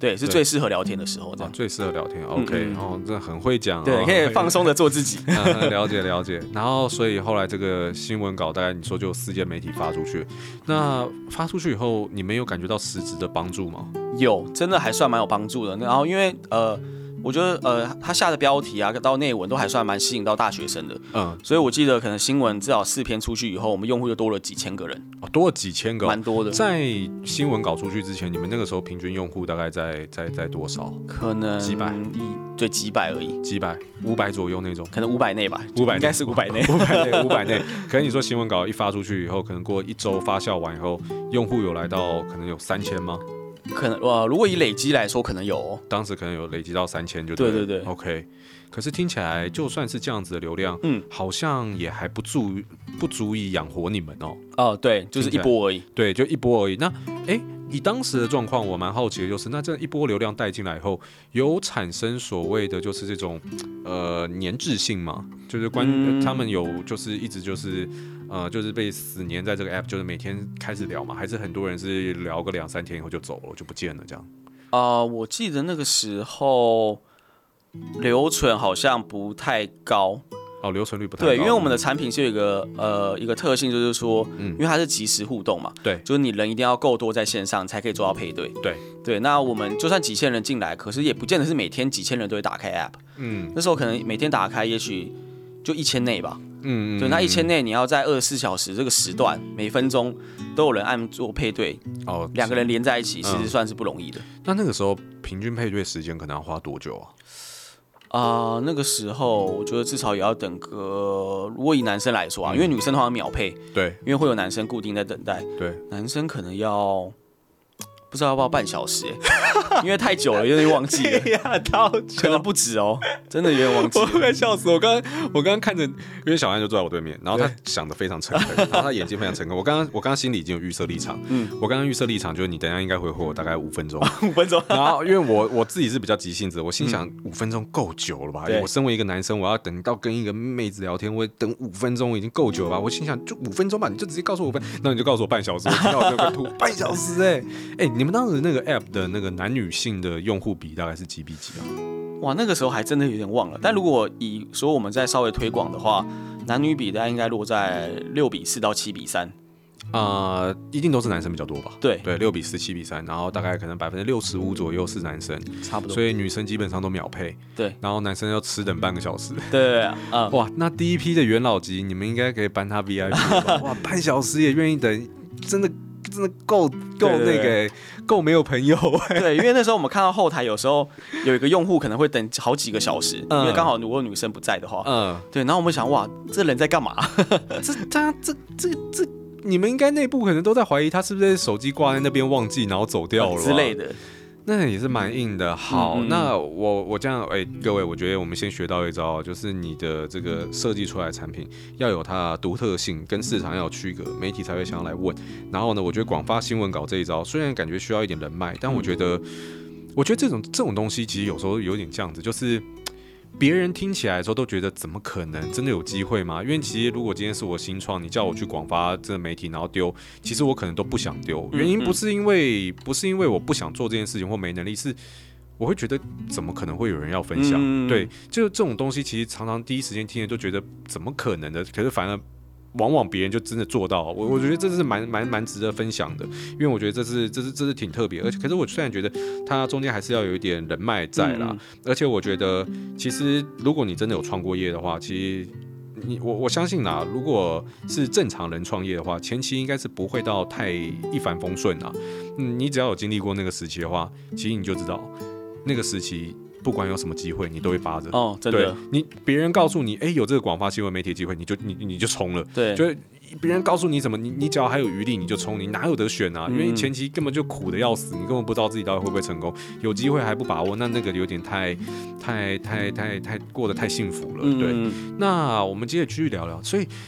对，是最适合聊天的时候，这样、
啊、最适合聊天。OK，、嗯、哦，这很会讲，
对，
哦、
可以放松的做自己。
嗯、了解了解。然后，所以后来这个新闻稿大概你说就有四间媒体发出去，那发出去以后，你们有感觉到实质的帮助吗？
有，真的还算蛮有帮助的。然后因为呃。我觉得呃，他下的标题啊，到内文都还算蛮吸引到大学生的，嗯，所以我记得可能新闻至少四篇出去以后，我们用户就多了几千个人，
哦，多了几千个，
蛮多的。
在新闻稿出去之前，你们那个时候平均用户大概在在在多少？
可能
几百，
对，几百而已，
几百，五百左右那种，
可能五百内吧，
五百
应该是五百内，
五百内，五百内。可能你说新闻稿一发出去以后，可能过一周发酵完以后，用户有来到可能有三千吗？
可能呃，如果以累积来说，可能有、哦，
当时可能有累积到三千，就对
对对对
，OK。可是听起来，就算是这样子的流量，嗯，好像也还不足不足以养活你们哦。
哦，对，就是一波而已。
对，就一波而已。那哎，以当时的状况，我蛮好奇的就是，那这一波流量带进来以后，有产生所谓的就是这种呃粘滞性吗？就是关、嗯、他们有就是一直就是。呃，就是被死黏在这个 app， 就是每天开始聊嘛，还是很多人是聊个两三天以后就走了，就不见了这样？
啊、呃，我记得那个时候留存好像不太高。
哦，留存率不太高。
对，因为我们的产品是有一个呃一个特性，就是说，嗯，因为它是即时互动嘛，
对，
就是你人一定要够多在线上才可以做到配对。
对
对，那我们就算几千人进来，可是也不见得是每天几千人都会打开 app。嗯，那时候可能每天打开，也许就一千内吧。嗯，对，那一千内你要在二十四小时这个时段，每分钟都有人按做配对，哦，两个人连在一起，其实算是不容易的。
那那个时候平均配对时间可能要花多久啊？
啊、呃，那个时候我觉得至少也要等个，如果以男生来说啊，嗯、因为女生通常秒配，
对，
因为会有男生固定在等待，
对，
男生可能要。不知道要不要半小时哎，因为太久了，有点忘记了。可能不止哦，真的有点忘记了。
我快笑死我！刚刚我刚刚看着，因为小安就坐在我对面，然后他想得非常诚恳，然后他眼睛非常诚恳。我刚刚我刚刚心里已经有预设立场，嗯，我刚刚预设立场就是你等一下应该回复我大概五分钟，
五分钟。
然后因为我我自己是比较急性子，我心想五分钟够久了吧？我身为一个男生，我要等到跟一个妹子聊天，我等五分钟已经够久了吧？我心想就五分钟吧，你就直接告诉我五分，那你就告诉我半小时，我听到我就会吐半小时哎哎，你们当时那个 app 的那个男女性的用户比大概是几比几啊？
哇，那个时候还真的有点忘了。但如果以说我们再稍微推广的话，男女比大概应该落在六比四到七比三。
呃，一定都是男生比较多吧？
对
对，六比四、七比三，然后大概可能百分之六十五左右是男生，
差不多。
所以女生基本上都秒配。
对，
然后男生要迟等半个小时。
对啊、嗯，
哇，那第一批的元老级，你们应该可以颁他 V I P 吧？哇，半小时也愿意等，真的。真的够够那个够没有朋友哎、欸，
对，因为那时候我们看到后台有时候有一个用户可能会等好几个小时，嗯、因为刚好如果女生不在的话，嗯，对，然后我们想哇，这人在干嘛？
这他这这这，你们应该内部可能都在怀疑他是不是手机挂在那边忘记，然后走掉了、啊、
之类的。
那也是蛮硬的。好，嗯、那我我这样，哎、欸，各位，我觉得我们先学到一招，就是你的这个设计出来的产品要有它的独特性，跟市场要有区隔，媒体才会想要来问。然后呢，我觉得广发新闻稿这一招，虽然感觉需要一点人脉，但我觉得，嗯、我觉得这种这种东西其实有时候有点这样子，就是。别人听起来的时候都觉得怎么可能真的有机会吗？因为其实如果今天是我新创，你叫我去广发这个媒体然后丢，其实我可能都不想丢。原因不是因为不是因为我不想做这件事情或没能力，是我会觉得怎么可能会有人要分享？嗯、对，就这种东西其实常常第一时间听了就觉得怎么可能的，可是反而。往往别人就真的做到，我我觉得这是蛮蛮蛮值得分享的，因为我觉得这是这是这是挺特别，而且可是我虽然觉得它中间还是要有一点人脉在啦，嗯、而且我觉得其实如果你真的有创过业的话，其实你我我相信啦，如果是正常人创业的话，前期应该是不会到太一帆风顺啊，嗯，你只要有经历过那个时期的话，其实你就知道那个时期。不管有什么机会，你都会扒着。
哦，真的。
你别人告诉你，哎、欸，有这个广发新闻媒体的机会，你就你你就冲了。
对，
就是别人告诉你什么，你你只要还有余力，你就冲，你哪有得选啊？嗯、因为前期根本就苦的要死，你根本不知道自己到底会不会成功。有机会还不把握，那那个有点太太太太太过得太幸福了。嗯、对，那我们接着继续聊聊。所以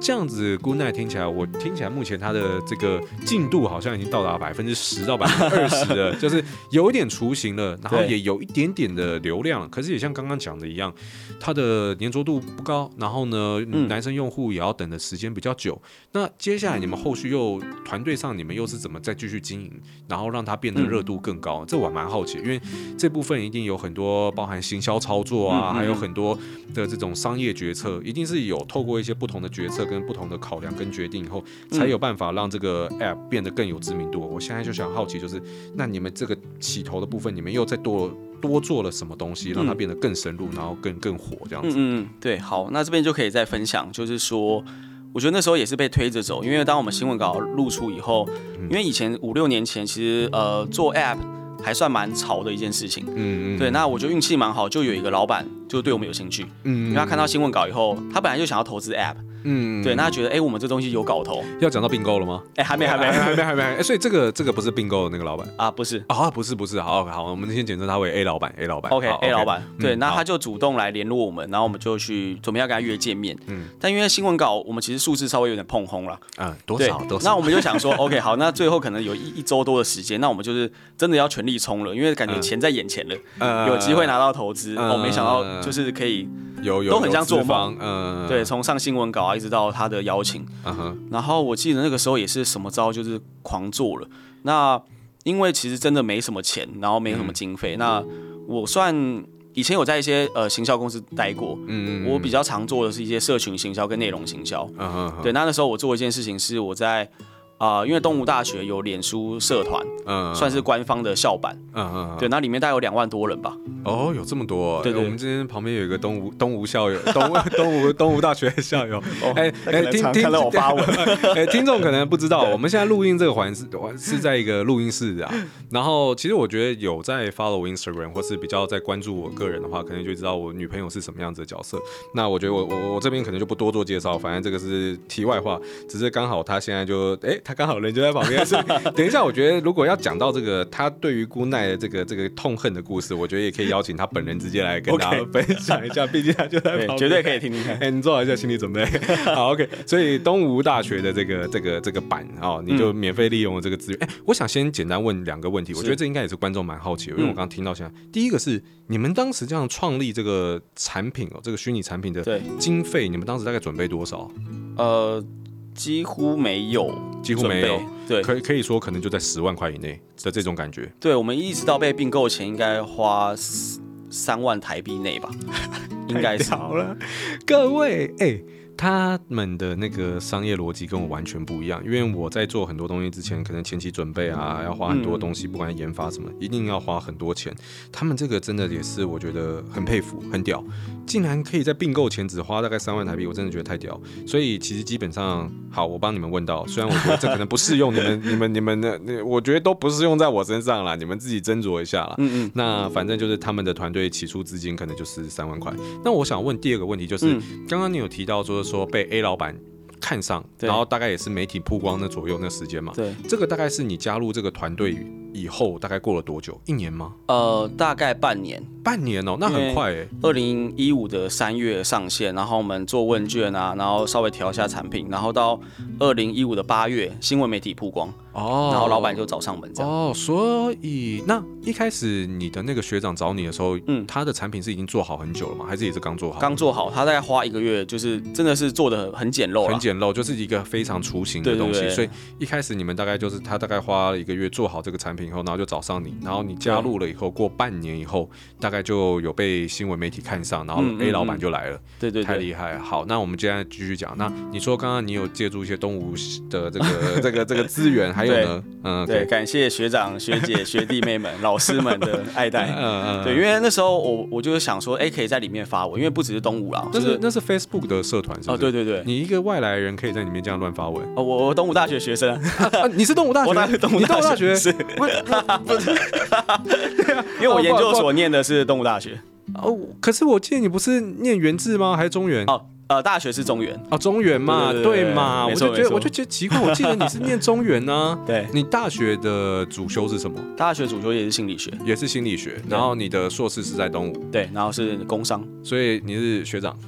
这样子 Good Night 听起来，我听起来目前它的这个进度好像已经到达百分之十到百分之二十了，就是有一点雏形了，然后也有一点点的流量，可是也像刚刚讲的一样，它的粘着度不高，然后呢，嗯、男生用户也要等的时间比较久。那接下来你们后续又团队上你们又是怎么再继续经营，然后让它变得热度更高？嗯、这我蛮好奇，因为这部分一定有很多包含行销操作啊，嗯嗯还有很多的这种商业决策，一定是有透过一些不同的决策跟不同的考量跟决定以后，才有办法让这个 app 变得更有知名度。我现在就想好奇，就是那你们这个起头的部分，你们又再多多做了什么东西，让它变得更深入，然后更更火这样子？
嗯嗯，对，好，那这边就可以再分享，就是说。我觉得那时候也是被推着走，因为当我们新闻稿露出以后，因为以前五六年前其实呃做 app 还算蛮潮的一件事情，嗯嗯，对，那我觉得运气蛮好，就有一个老板就对我们有兴趣，嗯，因为他看到新闻稿以后，他本来就想要投资 app。嗯，对，那他觉得哎、欸，我们这东西有搞头。
要讲到并购了吗？
哎、欸，还没，还没，
还没，还没，哎、欸，所以这个这个不是并购的那个老板
啊，不是
啊，不是，不是，好好，我们先简称他为 A 老板 ，A 老板
，OK，A、okay, 老板，对，
嗯、
那他就主动来联络我们，然后我们就去准备要跟他约见面。嗯，但因为新闻稿我们其实数字稍微有点碰轰了，
嗯，多少多少，
那我们就想说 ，OK， 好，那最后可能有一一周多的时间，那我们就是真的要全力冲了，因为感觉钱在眼前了，嗯、有机会拿到投资，嗯、哦，没想到就是可以。
有有
都很像做梦，
嗯，
对，从上新闻稿啊，一直到他的邀请，嗯、然后我记得那个时候也是什么招就是狂做了。那因为其实真的没什么钱，然后没什么经费，嗯、那我算以前有在一些呃行销公司待过，嗯嗯，我比较常做的是一些社群行销跟内容行销，嗯对，那那时候我做一件事情是我在。啊、呃，因为东吴大学有脸书社团，嗯，算是官方的校版，嗯嗯，对，那里面大概有两万多人吧。
哦，有这么多、啊，
对, 对, 对，
我们这边旁边有一个东吴东吴校友，东吴东吴东吴大学的校友，哎哎、哦，
听听看到我发文，
哎，听众可能不知道，我们现在录音这个环是是在一个录音室啊。然后其实我觉得有在 follow Instagram 或是比较在关注我个人的话，可能就知道我女朋友是什么样子的角色。那我觉得我我我这边可能就不多做介绍，反正这个是题外话，只是刚好她现在就哎，她刚好人就在旁边。等一下，我觉得如果要讲到这个他对于Good Night的这个这个痛恨的故事，我觉得也可以邀请他本人直接来跟大家分享一下，毕竟他就在旁边，
绝对可以听听看。
哎、欸，你做好一下心理准备。好 ，OK。所以东吴大学的这个这个这个版哦，你就免费利用了这个资源。哎、嗯欸，我想先简单问两个问题，我觉得这应该也是观众蛮好奇的，因为我刚刚听到现在，嗯、第一个是你们当时这样创立这个产品哦，这个虚拟产品的经费，你们当时大概准备多少？
呃。几乎没有，
几乎没有，
对，
可以可以说可能就在十万块以内的这种感觉。
对，我们一直到被并购前，应该花三万台币内吧，应该是。
好了，各位，哎、欸。他们的那个商业逻辑跟我完全不一样，因为我在做很多东西之前，可能前期准备啊，要花很多东西，不管研发什么，一定要花很多钱。他们这个真的也是我觉得很佩服，很屌，竟然可以在并购前只花大概三万台币，我真的觉得太屌。所以其实基本上，好，我帮你们问到，虽然我觉得这可能不适用你们、你们、你们的，我觉得都不适用在我身上啦，你们自己斟酌一下啦。嗯嗯。那反正就是他们的团队起初资金可能就是三万块。那我想问第二个问题就是，刚刚你有提到说。说被 A 老板看上，然后大概也是媒体曝光那左右那时间嘛。
对，
这个大概是你加入这个团队以后，大概过了多久？一年吗？
呃，大概半年。
半年哦，那很快哎。
二零一五的三月上线，然后我们做问卷啊，然后稍微调一下产品，然后到二零一五的八月，新闻媒体曝光。哦，然后老板就找上门这样。
哦，所以那一开始你的那个学长找你的时候，嗯，他的产品是已经做好很久了吗？还是也是刚做好？
刚做好，他大概花一个月，就是真的是做的很简陋，
很简陋，就是一个非常雏形的东西。对对对，所以一开始你们大概就是他大概花了一个月做好这个产品以后，然后就找上你，然后你加入了以后，过半年以后，大概就有被新闻媒体看上，然后 A 老板就来了。嗯嗯嗯，
对对对，
太厉害了。好，那我们现在继续讲。那你说刚刚你有借助一些东吴的这个这个这个资源，还有呢？
嗯，对，感谢学长、学姐、学弟妹们、老师们的爱戴。嗯嗯，对，因为那时候我我就是想说，哎、欸，可以在里面发文，因为不只是东吴啦，
那是那是 Facebook 的社团，是不是？
哦，对对对，
你一个外来人可以在里面这样乱发文。
哦，我我东吴大学学生，
啊、你是东吴大学？
我是东吴大学，是。不是，因为我研究所念的是东吴大学。
哦，可是我记得你不是念元智吗？还是中原？
哦。呃，大学是中原
哦，中原嘛，对, 对, 对, 对嘛，我就觉得我就觉得奇怪，我记得你是念中原呢、啊。
对，
你大学的主修是什么？
大学主修也是心理学，
也是心理学。然后你的硕士是在东吴，
对，然后是工商，
所以你是学长。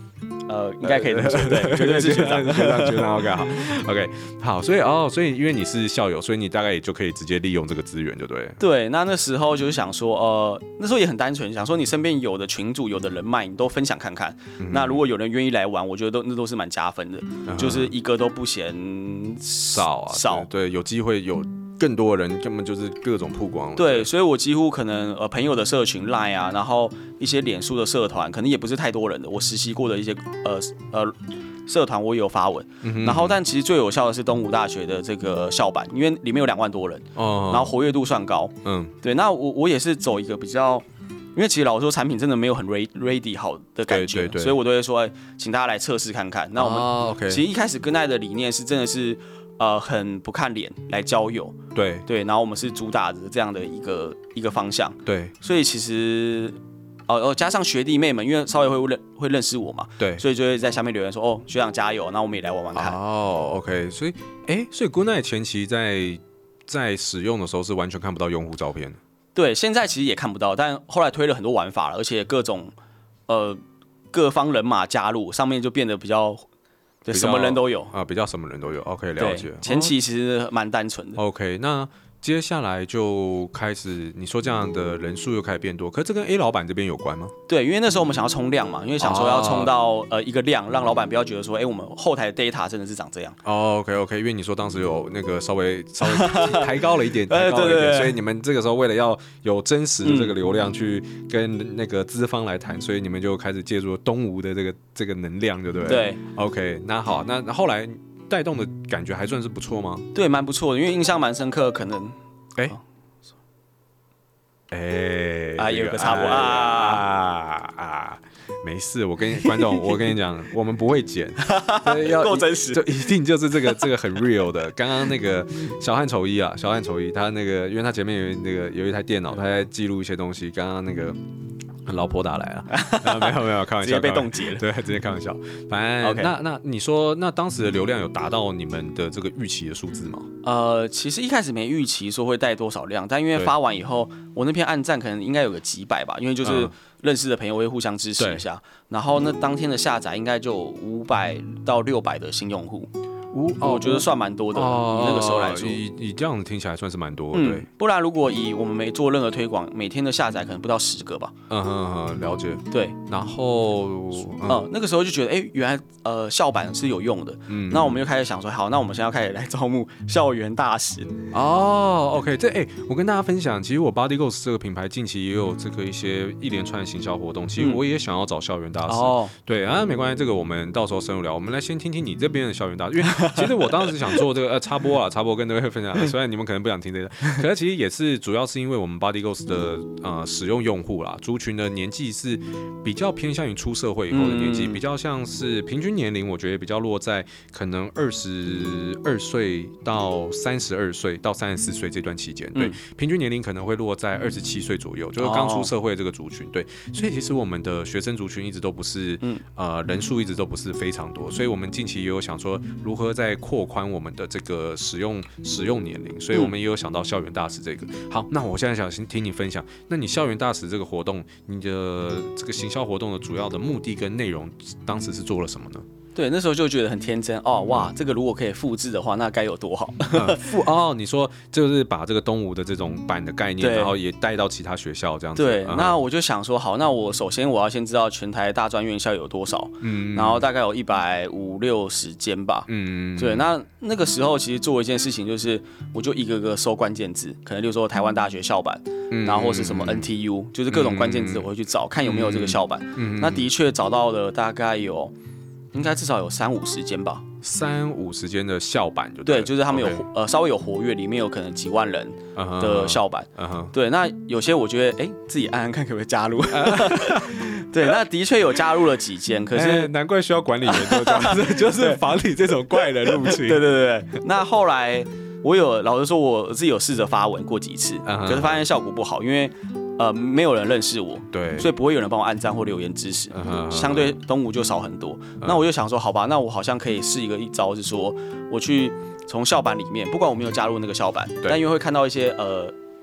呃，应该可以这么说，对，绝对是学长，
学长，学长 ，OK， 好 ，OK， 好，所以哦，所以因为你是校友，所以你大概也就可以直接利用这个资源，就对。
对，那那时候就是想说，呃，那时候也很单纯，想说你身边有的群组、有的人脉，你都分享看看。嗯、那如果有人愿意来玩，我觉得都那都是蛮加分的，嗯、就是一个都不嫌
少啊，
少，
对，对有机会有。更多人根本就是各种曝光了，
对，所以我几乎可能呃朋友的社群 Line 啊，然后一些脸书的社团，可能也不是太多人的。我实习过的一些呃呃社团，我也有发文。嗯、然后，但其实最有效的是东吴大学的这个校版，因为里面有两万多人，哦，然后活跃度算高。嗯，对。那我我也是走一个比较，因为其实老实说，产品真的没有很 ready 好的感觉，对对对，所以我都会说，请大家来测试看看。那我们、哦 okay、其实一开始跟爱的理念是真的是。呃，很不看脸来交友，
对
对，然后我们是主打的这样的一个一个方向，
对，
所以其实哦哦，加上学弟妹们，因为稍微会认会认识我嘛，
对，
所以就会在下面留言说哦，学长加油，那我们也来玩玩看。
哦 ，OK， 所以哎，所以 Goodnight 前期在在使用的时候是完全看不到用户照片的，
对，现在其实也看不到，但后来推了很多玩法了，而且各种呃各方人马加入，上面就变得比较。对，什么人都有
啊，比较什么人都有。OK， 了解。
前期其实蛮单纯的。
OK， 那接下来就开始，你说这样的人数又开始变多，可是这跟 A 老板这边有关吗？
对，因为那时候我们想要冲量嘛，因为想说要冲到、哦、呃一个量，让老板不要觉得说，哎、欸，我们后台的 data 真的是长这样。
哦 ，OK OK， 因为你说当时有那个稍微稍微抬高了一点，抬高了一点，对对对，所以你们这个时候为了要有真实的这个流量去跟那个资方来谈，所以你们就开始借助东吴的这个这个能量，对不对？
对
，OK， 那好，那后来带动的感觉还算是不错吗？
对，蛮不错的，因为印象蛮深刻，可能
哎。欸哎、欸，
啊，有个插播
啊啊！没事，我跟观众，我跟你讲，我们不会剪，
够真实，
就一定就是这个这个很 real 的。刚刚那个小汉丑一啊，小汉丑一，他那个，因为他前面有那个有一台电脑，他在记录一些东西。刚刚那个老婆打来了，啊、没有没有，开玩笑，
直接被冻结了，
对，直接开玩笑。反正、okay. 那那你说，那当时的流量有达到你们的这个预期的数字吗？
呃，其实一开始没预期说会带多少量，但因为发完以后，我那篇按赞可能应该有个几百吧，因为就是认识的朋友会互相支持一下。然后那当天的下载应该就五百到六百的新用户。
五、哦，
我觉得算蛮多的，哦、以那个时候来说，
以以这样子听起来算是蛮多的，嗯，对。
不然如果以我们没做任何推广，每天的下载可能不到十个吧。
嗯哼哼，了解。
对，
然后，
嗯，呃、那个时候就觉得，哎、欸，原来呃校版是有用的。嗯，那我们就开始想说，好，那我们现在要开始来招募校园大使。
哦 ，OK， 这哎、欸，我跟大家分享，其实我 Body Ghost 这个品牌近期也有这个一些一连串的行销活动，其实我也想要找校园大使。哦，对啊，没关系，这个我们到时候深入聊。我们来先听听你这边的校园大使，因为其实我当时想。想做这个呃插播啊，插播跟各位分享，虽然你们可能不想听这个，可是其实也是主要是因为我们 Body Ghost 的呃使用用户啦，族群的年纪是比较偏向于出社会以后的年纪，嗯、比较像是平均年龄，我觉得比较落在可能二十二岁到三十二岁到三十四岁这段期间，对，嗯、平均年龄可能会落在二十七岁左右，就是刚出社会这个族群，对，所以其实我们的学生族群一直都不是，嗯、呃人数一直都不是非常多，所以我们近期也有想说如何在扩宽我们的这个使用使用年龄，所以我们也有想到校园大使这个。好，那我现在想先听你分享，那你校园大使这个活动，你的这个行销活动的主要的目的跟内容，当时是做了什么呢？
对，那时候就觉得很天真哦，哇，这个如果可以复制的话，那该有多好！
嗯、复哦，你说就是把这个东吴的这种版的概念，然后也带到其他学校这样子。
对，
嗯、
那我就想说，好，那我首先我要先知道全台大专院校有多少，嗯，然后大概有一百五六十间吧，嗯，对，那那个时候其实做一件事情就是，我就一个个搜关键字，可能例如说台湾大学校版，嗯、然后或是什么 N T U， 就是各种关键字我会去找，看有没有这个校版。嗯、那的确找到了大概有。应该至少有三五十间吧，
三五十间的校版就
对, 对，就是他们有、okay. 呃稍微有活跃，里面有可能几万人的校版。Uh huh, uh huh. 对，那有些我觉得，哎、欸，自己按按看可不可以加入。对，那的确有加入了几间，可是、欸、
难怪需要管理员做这样子，就是防止这种怪人入侵。
对对对对，那后来我有老实说，我自己有试着发文过几次， uh huh. 可是发现效果不好，因为。呃，没有人认识我，
对，
所以不会有人帮我按赞或留言支持， uh huh. 相对东吴就少很多。Uh huh. 那我就想说，好吧，那我好像可以试一个一招，是说我去从校版里面，不管我没有加入那个校版，但因为会看到一些呃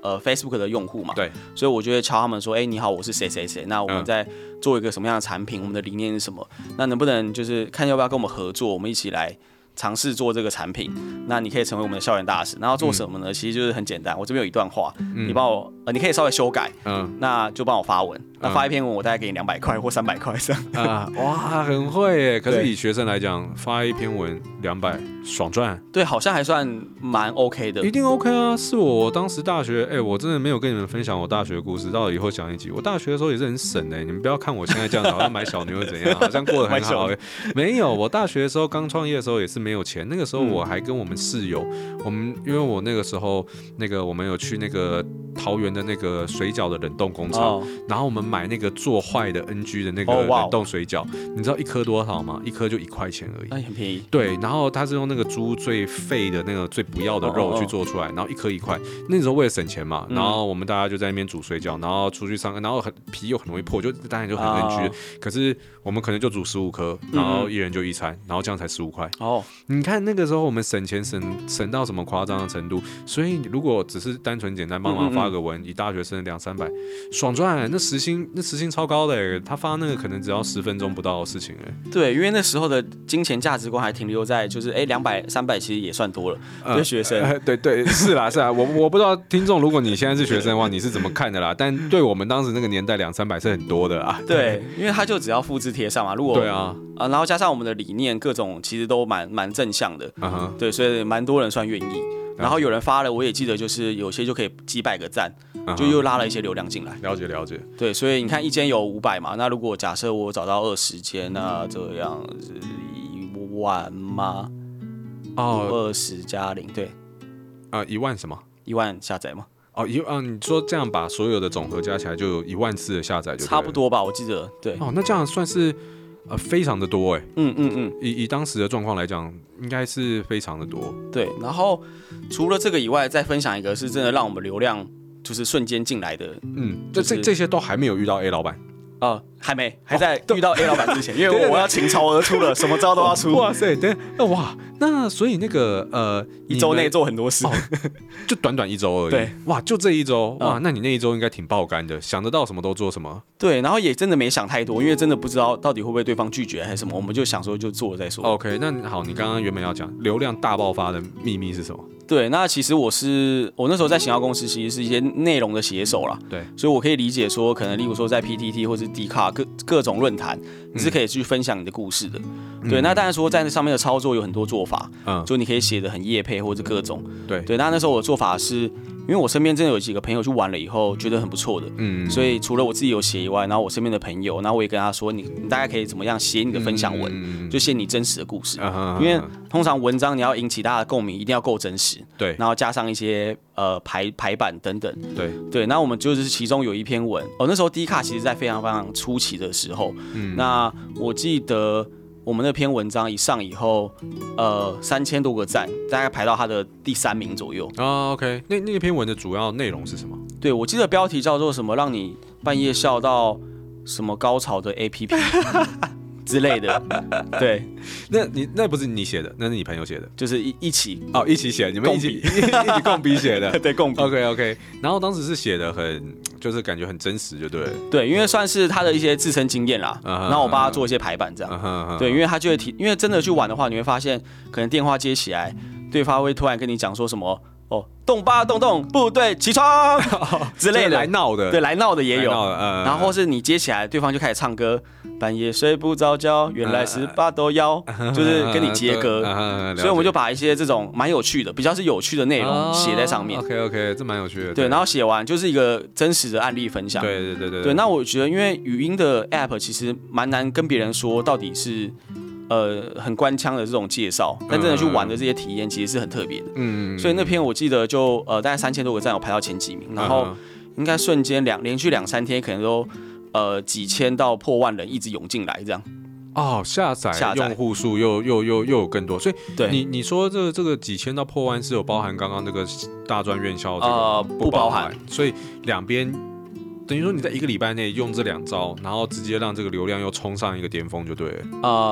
呃 Facebook 的用户嘛，
对，
所以我就会敲他们说，哎、欸，你好，我是谁谁谁，那我们在做一个什么样的产品，我们的理念是什么？那能不能就是看要不要跟我们合作，我们一起来尝试做这个产品？那你可以成为我们的校园大使。然后做什么呢？嗯、其实就是很简单，我这边有一段话，嗯、你帮我，呃，你可以稍微修改，嗯，那就帮我发文。那发一篇文，我大概给你两百块或三百块这样。
啊，哇，很会耶！可是以学生来讲，发一篇文两百，爽赚。
对，好像还算蛮 OK 的。
一定 OK 啊！是我，我当时大学，哎、欸，我真的没有跟你们分享我大学的故事，到以后讲一集。我大学的时候也是很省的，你们不要看我现在这样子，好像买小牛又怎样，好像过得很好。没有，我大学的时候刚创业的时候也是没有钱，那个时候我还跟我们室友，我们因为我那个时候那个我们有去那个桃园的那个水饺的冷冻工厂，哦、然后我们买那个做坏的 N G 的那个冷冻水饺，哦、你知道一颗多少吗？一颗就一块钱而已，
那很便宜。
对，然后他是用那个猪最废的那个最不要的肉去做出来，然后一颗一块。那时候为了省钱嘛，然后我们大家就在那边煮水饺，然后出去上课，然后很皮又很容易破，就当然就很 N G。哦、可是我们可能就煮十五颗，然后一人就一餐，然后这样才十五块。哦，你看那个时候我们省钱省省到什么夸张的程度？所以如果只是单纯简单帮忙发个文，嗯嗯以大学生两三百，爽赚，那时薪那时薪超高的哎，他发那个可能只要十分钟不到的事情哎。
对，因为那时候的金钱价值观还停留在就是哎两百三百其实也算多了，对、呃、学生、呃。
对对是啦是啦，我我不知道听众如果你现在是学生的话，你是怎么看的啦？但对我们当时那个年代两三百是很多的啦。
对，因为他就只要复制贴上嘛，如果
对啊
啊，然后加上我们的理念各种其实都蛮蛮正向的，嗯哼，对，所以蛮多人算愿意。然后有人发了，我也记得，就是有些就可以几百个赞，就又拉了一些流量进来。
了解了解。
对，所以你看一间有五百嘛，那如果假设我找到二十间，那这样是一万吗？哦，二十加零，对。
啊、呃，一万什么？
一万下载吗？
哦，一啊，你说这样把所有的总和加起来就有一万次的下载就，
差不多吧，我记得。对。
哦，那这样算是。呃，非常的多哎，
嗯嗯嗯，
以以当时的状况来讲，应该是非常的多。
对，然后除了这个以外，再分享一个是真的让我们流量就是瞬间进来的，
嗯，这、就是、这这些都还没有遇到 A 老板。
哦，还没，还在遇到 A 老板之前，因为我要倾巢而出了，什么招都要出。
哇塞，对，哇，那所以那个呃，
一周内做很多事，
哦、就短短一周而已。对，哇，就这一周，哇，那你那一周应该挺爆肝的，想得到什么都做什么。
对，然后也真的没想太多，因为真的不知道到底会不会对方拒绝还是什么，我们就想说就做了再说。
OK， 那好，你刚刚原本要讲流量大爆发的秘密是什么？
对，那其实我是我那时候在行销公司，其实是一些内容的写手啦。
对，
所以我可以理解说，可能例如说在 P T T 或是 Dcard 各各种论坛，你是可以去分享你的故事的。嗯、对，那当然说在那上面的操作有很多做法，嗯，就你可以写的很业配或者各种。
对
对，那那时候我的做法是。因为我身边真的有几个朋友去玩了以后，觉得很不错的，嗯，所以除了我自己有写以外，然后我身边的朋友，然后我也跟他说，你你大概可以怎么样写你的分享文，嗯、就写你真实的故事，嗯、因为通常文章你要引起大家的共鸣，一定要够真实，
对，
然后加上一些呃排排版等等，
对
对，那我们就是其中有一篇文，哦，那时候 Dcard 其实在非常非常初期的时候，嗯，那我记得。我们那篇文章一上以后，呃，三千多个赞，大概排到他的第三名左右。
啊 ，OK， 那那篇文的主要内容是什么？
对，我记得标题叫做什么，让你半夜笑到什么高潮的 A P P 之类的。对，
那你那不是你写的，那是你朋友写的，
就是一一起
哦，一起写，你们一起一起共笔写的，
对，共笔。
OK OK， 然后当时是写的很。就是感觉很真实，就对了。
对，因为算是他的一些自身经验啦， uh huh, 然后我帮他做一些排版，这样。Uh huh, 对，因为他就会提，因为真的去玩的话，你会发现，可能电话接起来，对方会突然跟你讲说什么，哦，动吧动动，部队起床之类的，
来闹的，
对，来闹的也有。
呃、
然后或是你接起来，对方就开始唱歌，半夜睡不着觉，原来是八斗腰，呃、就是跟你接歌。呃、所以我们就把一些这种蛮有趣的，比较是有趣的内容写在上面。
OK OK， 这蛮有趣的。
对，然后写完就是一个真实的案例分享。
对对对 对,
对。那我觉得，因为语音的 App 其实蛮难跟别人说到底是。呃，很官腔的这种介绍，但真的去玩的这些体验其实是很特别的。嗯，所以那篇我记得就呃大概三千多个赞，我排到前几名，然后应该瞬间两连续两三天，可能都呃几千到破万人一直涌进来这样。
哦，下载用户数又又又又有更多，所以你你说这个这个几千到破万是有包含刚刚那个大专院校这个
呃不包含，
所以两边。等于说你在一个礼拜内用这两招，然后直接让这个流量又冲上一个巅峰就对了。
呃，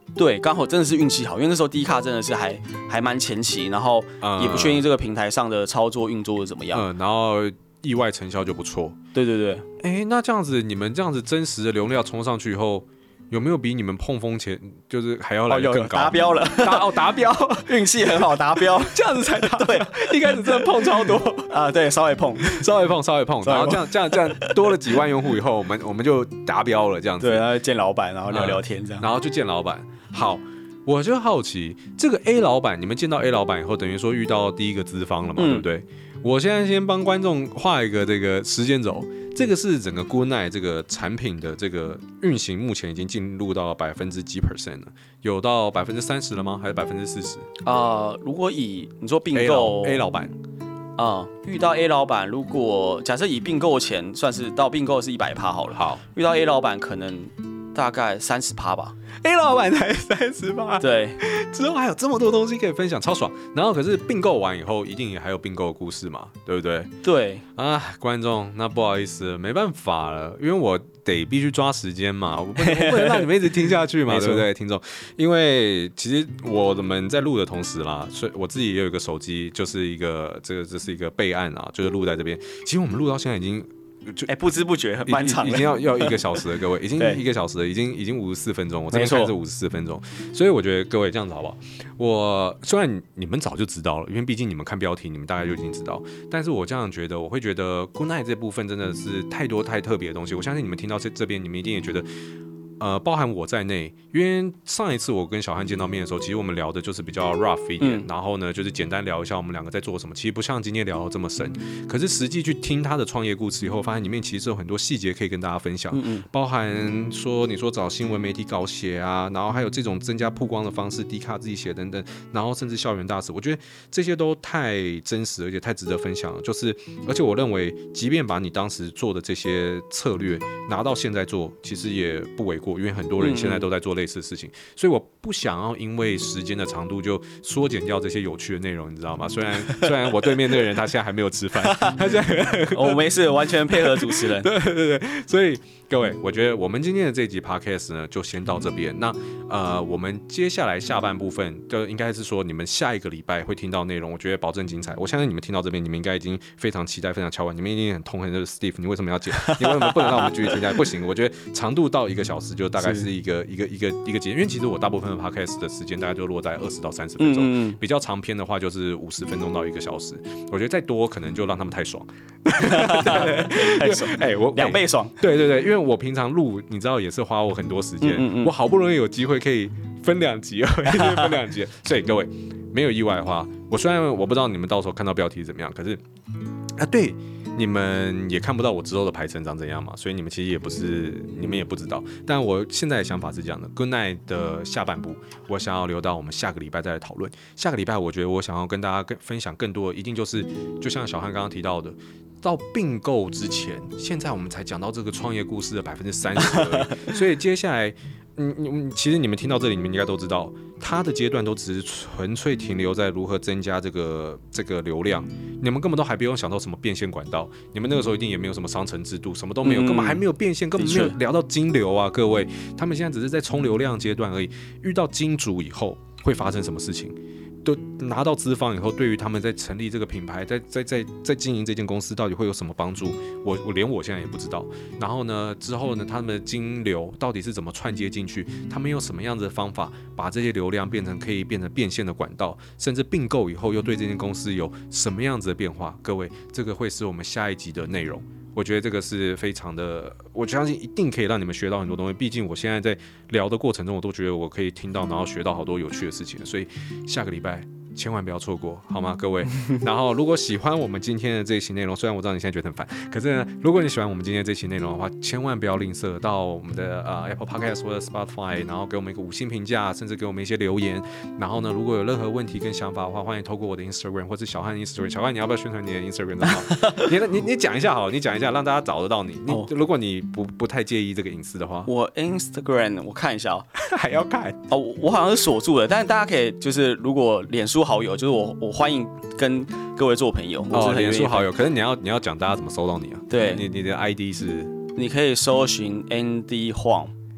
对，刚好真的是运气好，因为那时候 D 卡真的是还还蛮前期，然后也不确定这个平台上的操作运作的怎么样，
嗯，然后意外成效就不错。
对对对，
哎，那这样子你们这样子真实的流量冲上去以后，有没有比你们碰风前就是还要来得更高？
哦、达标了，
达哦达标，
运气很好，达标，
这样子才达对。一开始真的碰超多
啊，对，稍微碰，
稍微碰，稍微碰，然后这样这样这样多了几万用户以后，我们我们就达标了，这样子。
对，然后见老板，然后聊聊天这样，
嗯、然后就见老板。好，我就好奇，这个 A 老板，你们见到 A 老板以后，等于说遇到第一个资方了嘛，嗯、对不对？我现在先帮观众画一个这个时间轴，这个是整个 Goodnight 这个产品的这个运行，目前已经进入到百分之几 percent 了？有到百分之三十了吗？还是百分之四十？
啊，如果以你说并购
A 老板
啊、嗯，遇到 A 老板，如果假设以并购前算是到并购是一百趴好了，
好，
遇到 A 老板可能大概三十趴吧。
A 老板才三十趴，
对，
之后还有这么多东西可以分享，超爽。然后可是并购完以后，一定也还有并购的故事嘛，对不对？
对
啊，观众，那不好意思，没办法了，因为我得必须抓时间嘛，我不能我不能让你们一直听下去嘛，对不对，听众？因为其实我们在录的同时啦，所以我自己也有一个手机，就是一个这个这是一个备案啊，就是录在这边。其实我们录到现在已经。
就哎、欸，不知不觉蛮长的，
已经要要一个小时了，各位，已经一个小时了，已经已经五十四分钟，我这边看是五十四分钟，所以我觉得各位这样子好不好？我虽然你们早就知道了，因为毕竟你们看标题，你们大概就已经知道，但是我这样觉得，我会觉得 Goodnight 这部分真的是太多太特别的东西，我相信你们听到这这边，你们一定也觉得。呃，包含我在内，因为上一次我跟小汉见到面的时候，其实我们聊的就是比较 rough 一点，嗯、然后呢，就是简单聊一下我们两个在做什么，其实不像今天聊的这么深。可是实际去听他的创业故事以后，发现里面其实有很多细节可以跟大家分享，嗯嗯包含说你说找新闻媒体稿写啊，然后还有这种增加曝光的方式，迪卡自己写等等，然后甚至校园大使，我觉得这些都太真实，而且太值得分享了。就是，而且我认为，即便把你当时做的这些策略拿到现在做，其实也不为过。因为很多人现在都在做类似的事情，嗯嗯所以我不想要因为时间的长度就缩减掉这些有趣的内容，你知道吗？虽然虽然我对面那个人他现在还没有吃饭，他现在
我、哦、没事，完全配合主持人。
对对对，所以各位，我觉得我们今天的这一集 podcast 呢，就先到这边。那呃，我们接下来下半部分就应该是说，你们下一个礼拜会听到内容，我觉得保证精彩。我相信你们听到这边，你们应该已经非常期待、非常敲碗，你们一定很痛恨就是 Steve， 你为什么要剪？你为什么不能让我们继续听下去？不行，我觉得长度到一个小时就大概是一个一个一个一个节，因为其实我大部分的 podcast 的时间大概就落在二十到三十分钟，嗯嗯比较长篇的话就是五十分钟到一个小时。我觉得再多可能就让他们太爽，
太爽，哎、欸，我两倍爽。
对对对，因为我平常录，你知道也是花我很多时间，嗯嗯嗯我好不容易有机会可以分两集，分两集，所以各位没有意外的话，我虽然我不知道你们到时候看到标题怎么样，可是啊对。你们也看不到我之后的排程长怎样嘛，所以你们其实也不是，你们也不知道。但我现在的想法是这样的 ，Goodnight 的下半部，我想要留到我们下个礼拜再来讨论。下个礼拜，我觉得我想要跟大家分享更多的，一定就是就像小汉刚刚提到的，到并购之前，现在我们才讲到这个创业故事的百分之三十而已，所以接下来。嗯嗯，其实你们听到这里，你们应该都知道，它的阶段都只是纯粹停留在如何增加这个这个流量，你们根本都还不用想到什么变现管道，你们那个时候一定也没有什么商城制度，什么都没有，嗯、根本还没有变现，根本没有聊到金流啊，各位，他们现在只是在冲流量阶段而已，遇到金主以后会发生什么事情？都拿到资方以后，对于他们在成立这个品牌，在在在在经营这间公司，到底会有什么帮助？我我连我现在也不知道。然后呢，之后呢，他们的金流到底是怎么串接进去？他们用什么样子的方法把这些流量变成可以变成变现的管道？甚至并购以后又对这间公司有什么样子的变化？各位，这个会是我们下一集的内容。我觉得这个是非常的，我相信一定可以让你们学到很多东西。毕竟我现在在聊的过程中，我都觉得我可以听到，然后学到好多有趣的事情。所以下个礼拜千万不要错过，好吗，各位？然后如果喜欢我们今天的这一期内容，虽然我知道你现在觉得很烦，可是呢，如果你喜欢我们今天这期内容的话，千万不要吝啬到我们的呃 Apple Podcast 或者 Spotify， 然后给我们一个五星评价，甚至给我们一些留言。然后呢，如果有任何问题跟想法的话，欢迎透过我的 Instagram 或者小汉 Instagram。小汉，你要不要宣传你的 Instagram 账号？你你你讲一下好了，你讲一下，让大家找得到你。你、哦、如果你不不太介意这个隐私的话，
我 Instagram 我看一下哦，
还要看
哦，我好像是锁住了，但是大家可以就是如果脸书好友，就是我我欢迎跟各位做朋友。
哦，脸书好友，可是你要你要讲大家怎么搜到你啊？
对，
你你的 I D 是，
你可以搜寻 Andy Huang。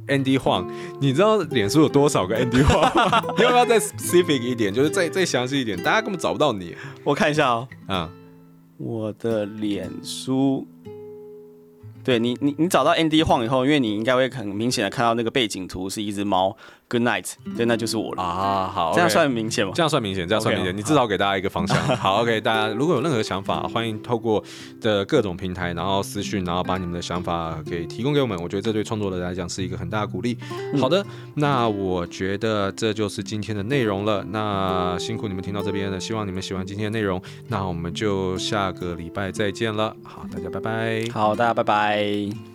Andy Huang， 你知道脸书有多少个 Andy Huang 吗？你要不要再 specific 一点，就是再再详细一点？大家根本找不到你。
我看一下哦，
嗯，
我的脸书。对你，你你找到 Andy Huang 以后，因为你应该会很明显的看到那个背景图是一只猫 ，Good night， 对，那就是我了
啊。好，
这样算明显吗？
这样算明显，这样算明显。Okay, 你至少给大家一个方向。好 ，OK， 大家如果有任何想法，欢迎透过的各种平台，然后私讯，然后把你们的想法给提供给我们。我觉得这对创作者来讲是一个很大的鼓励。嗯、好的，那我觉得这就是今天的内容了。那辛苦你们听到这边了，希望你们喜欢今天的内容。那我们就下个礼拜再见了。好，大家拜拜。
好，大家拜拜。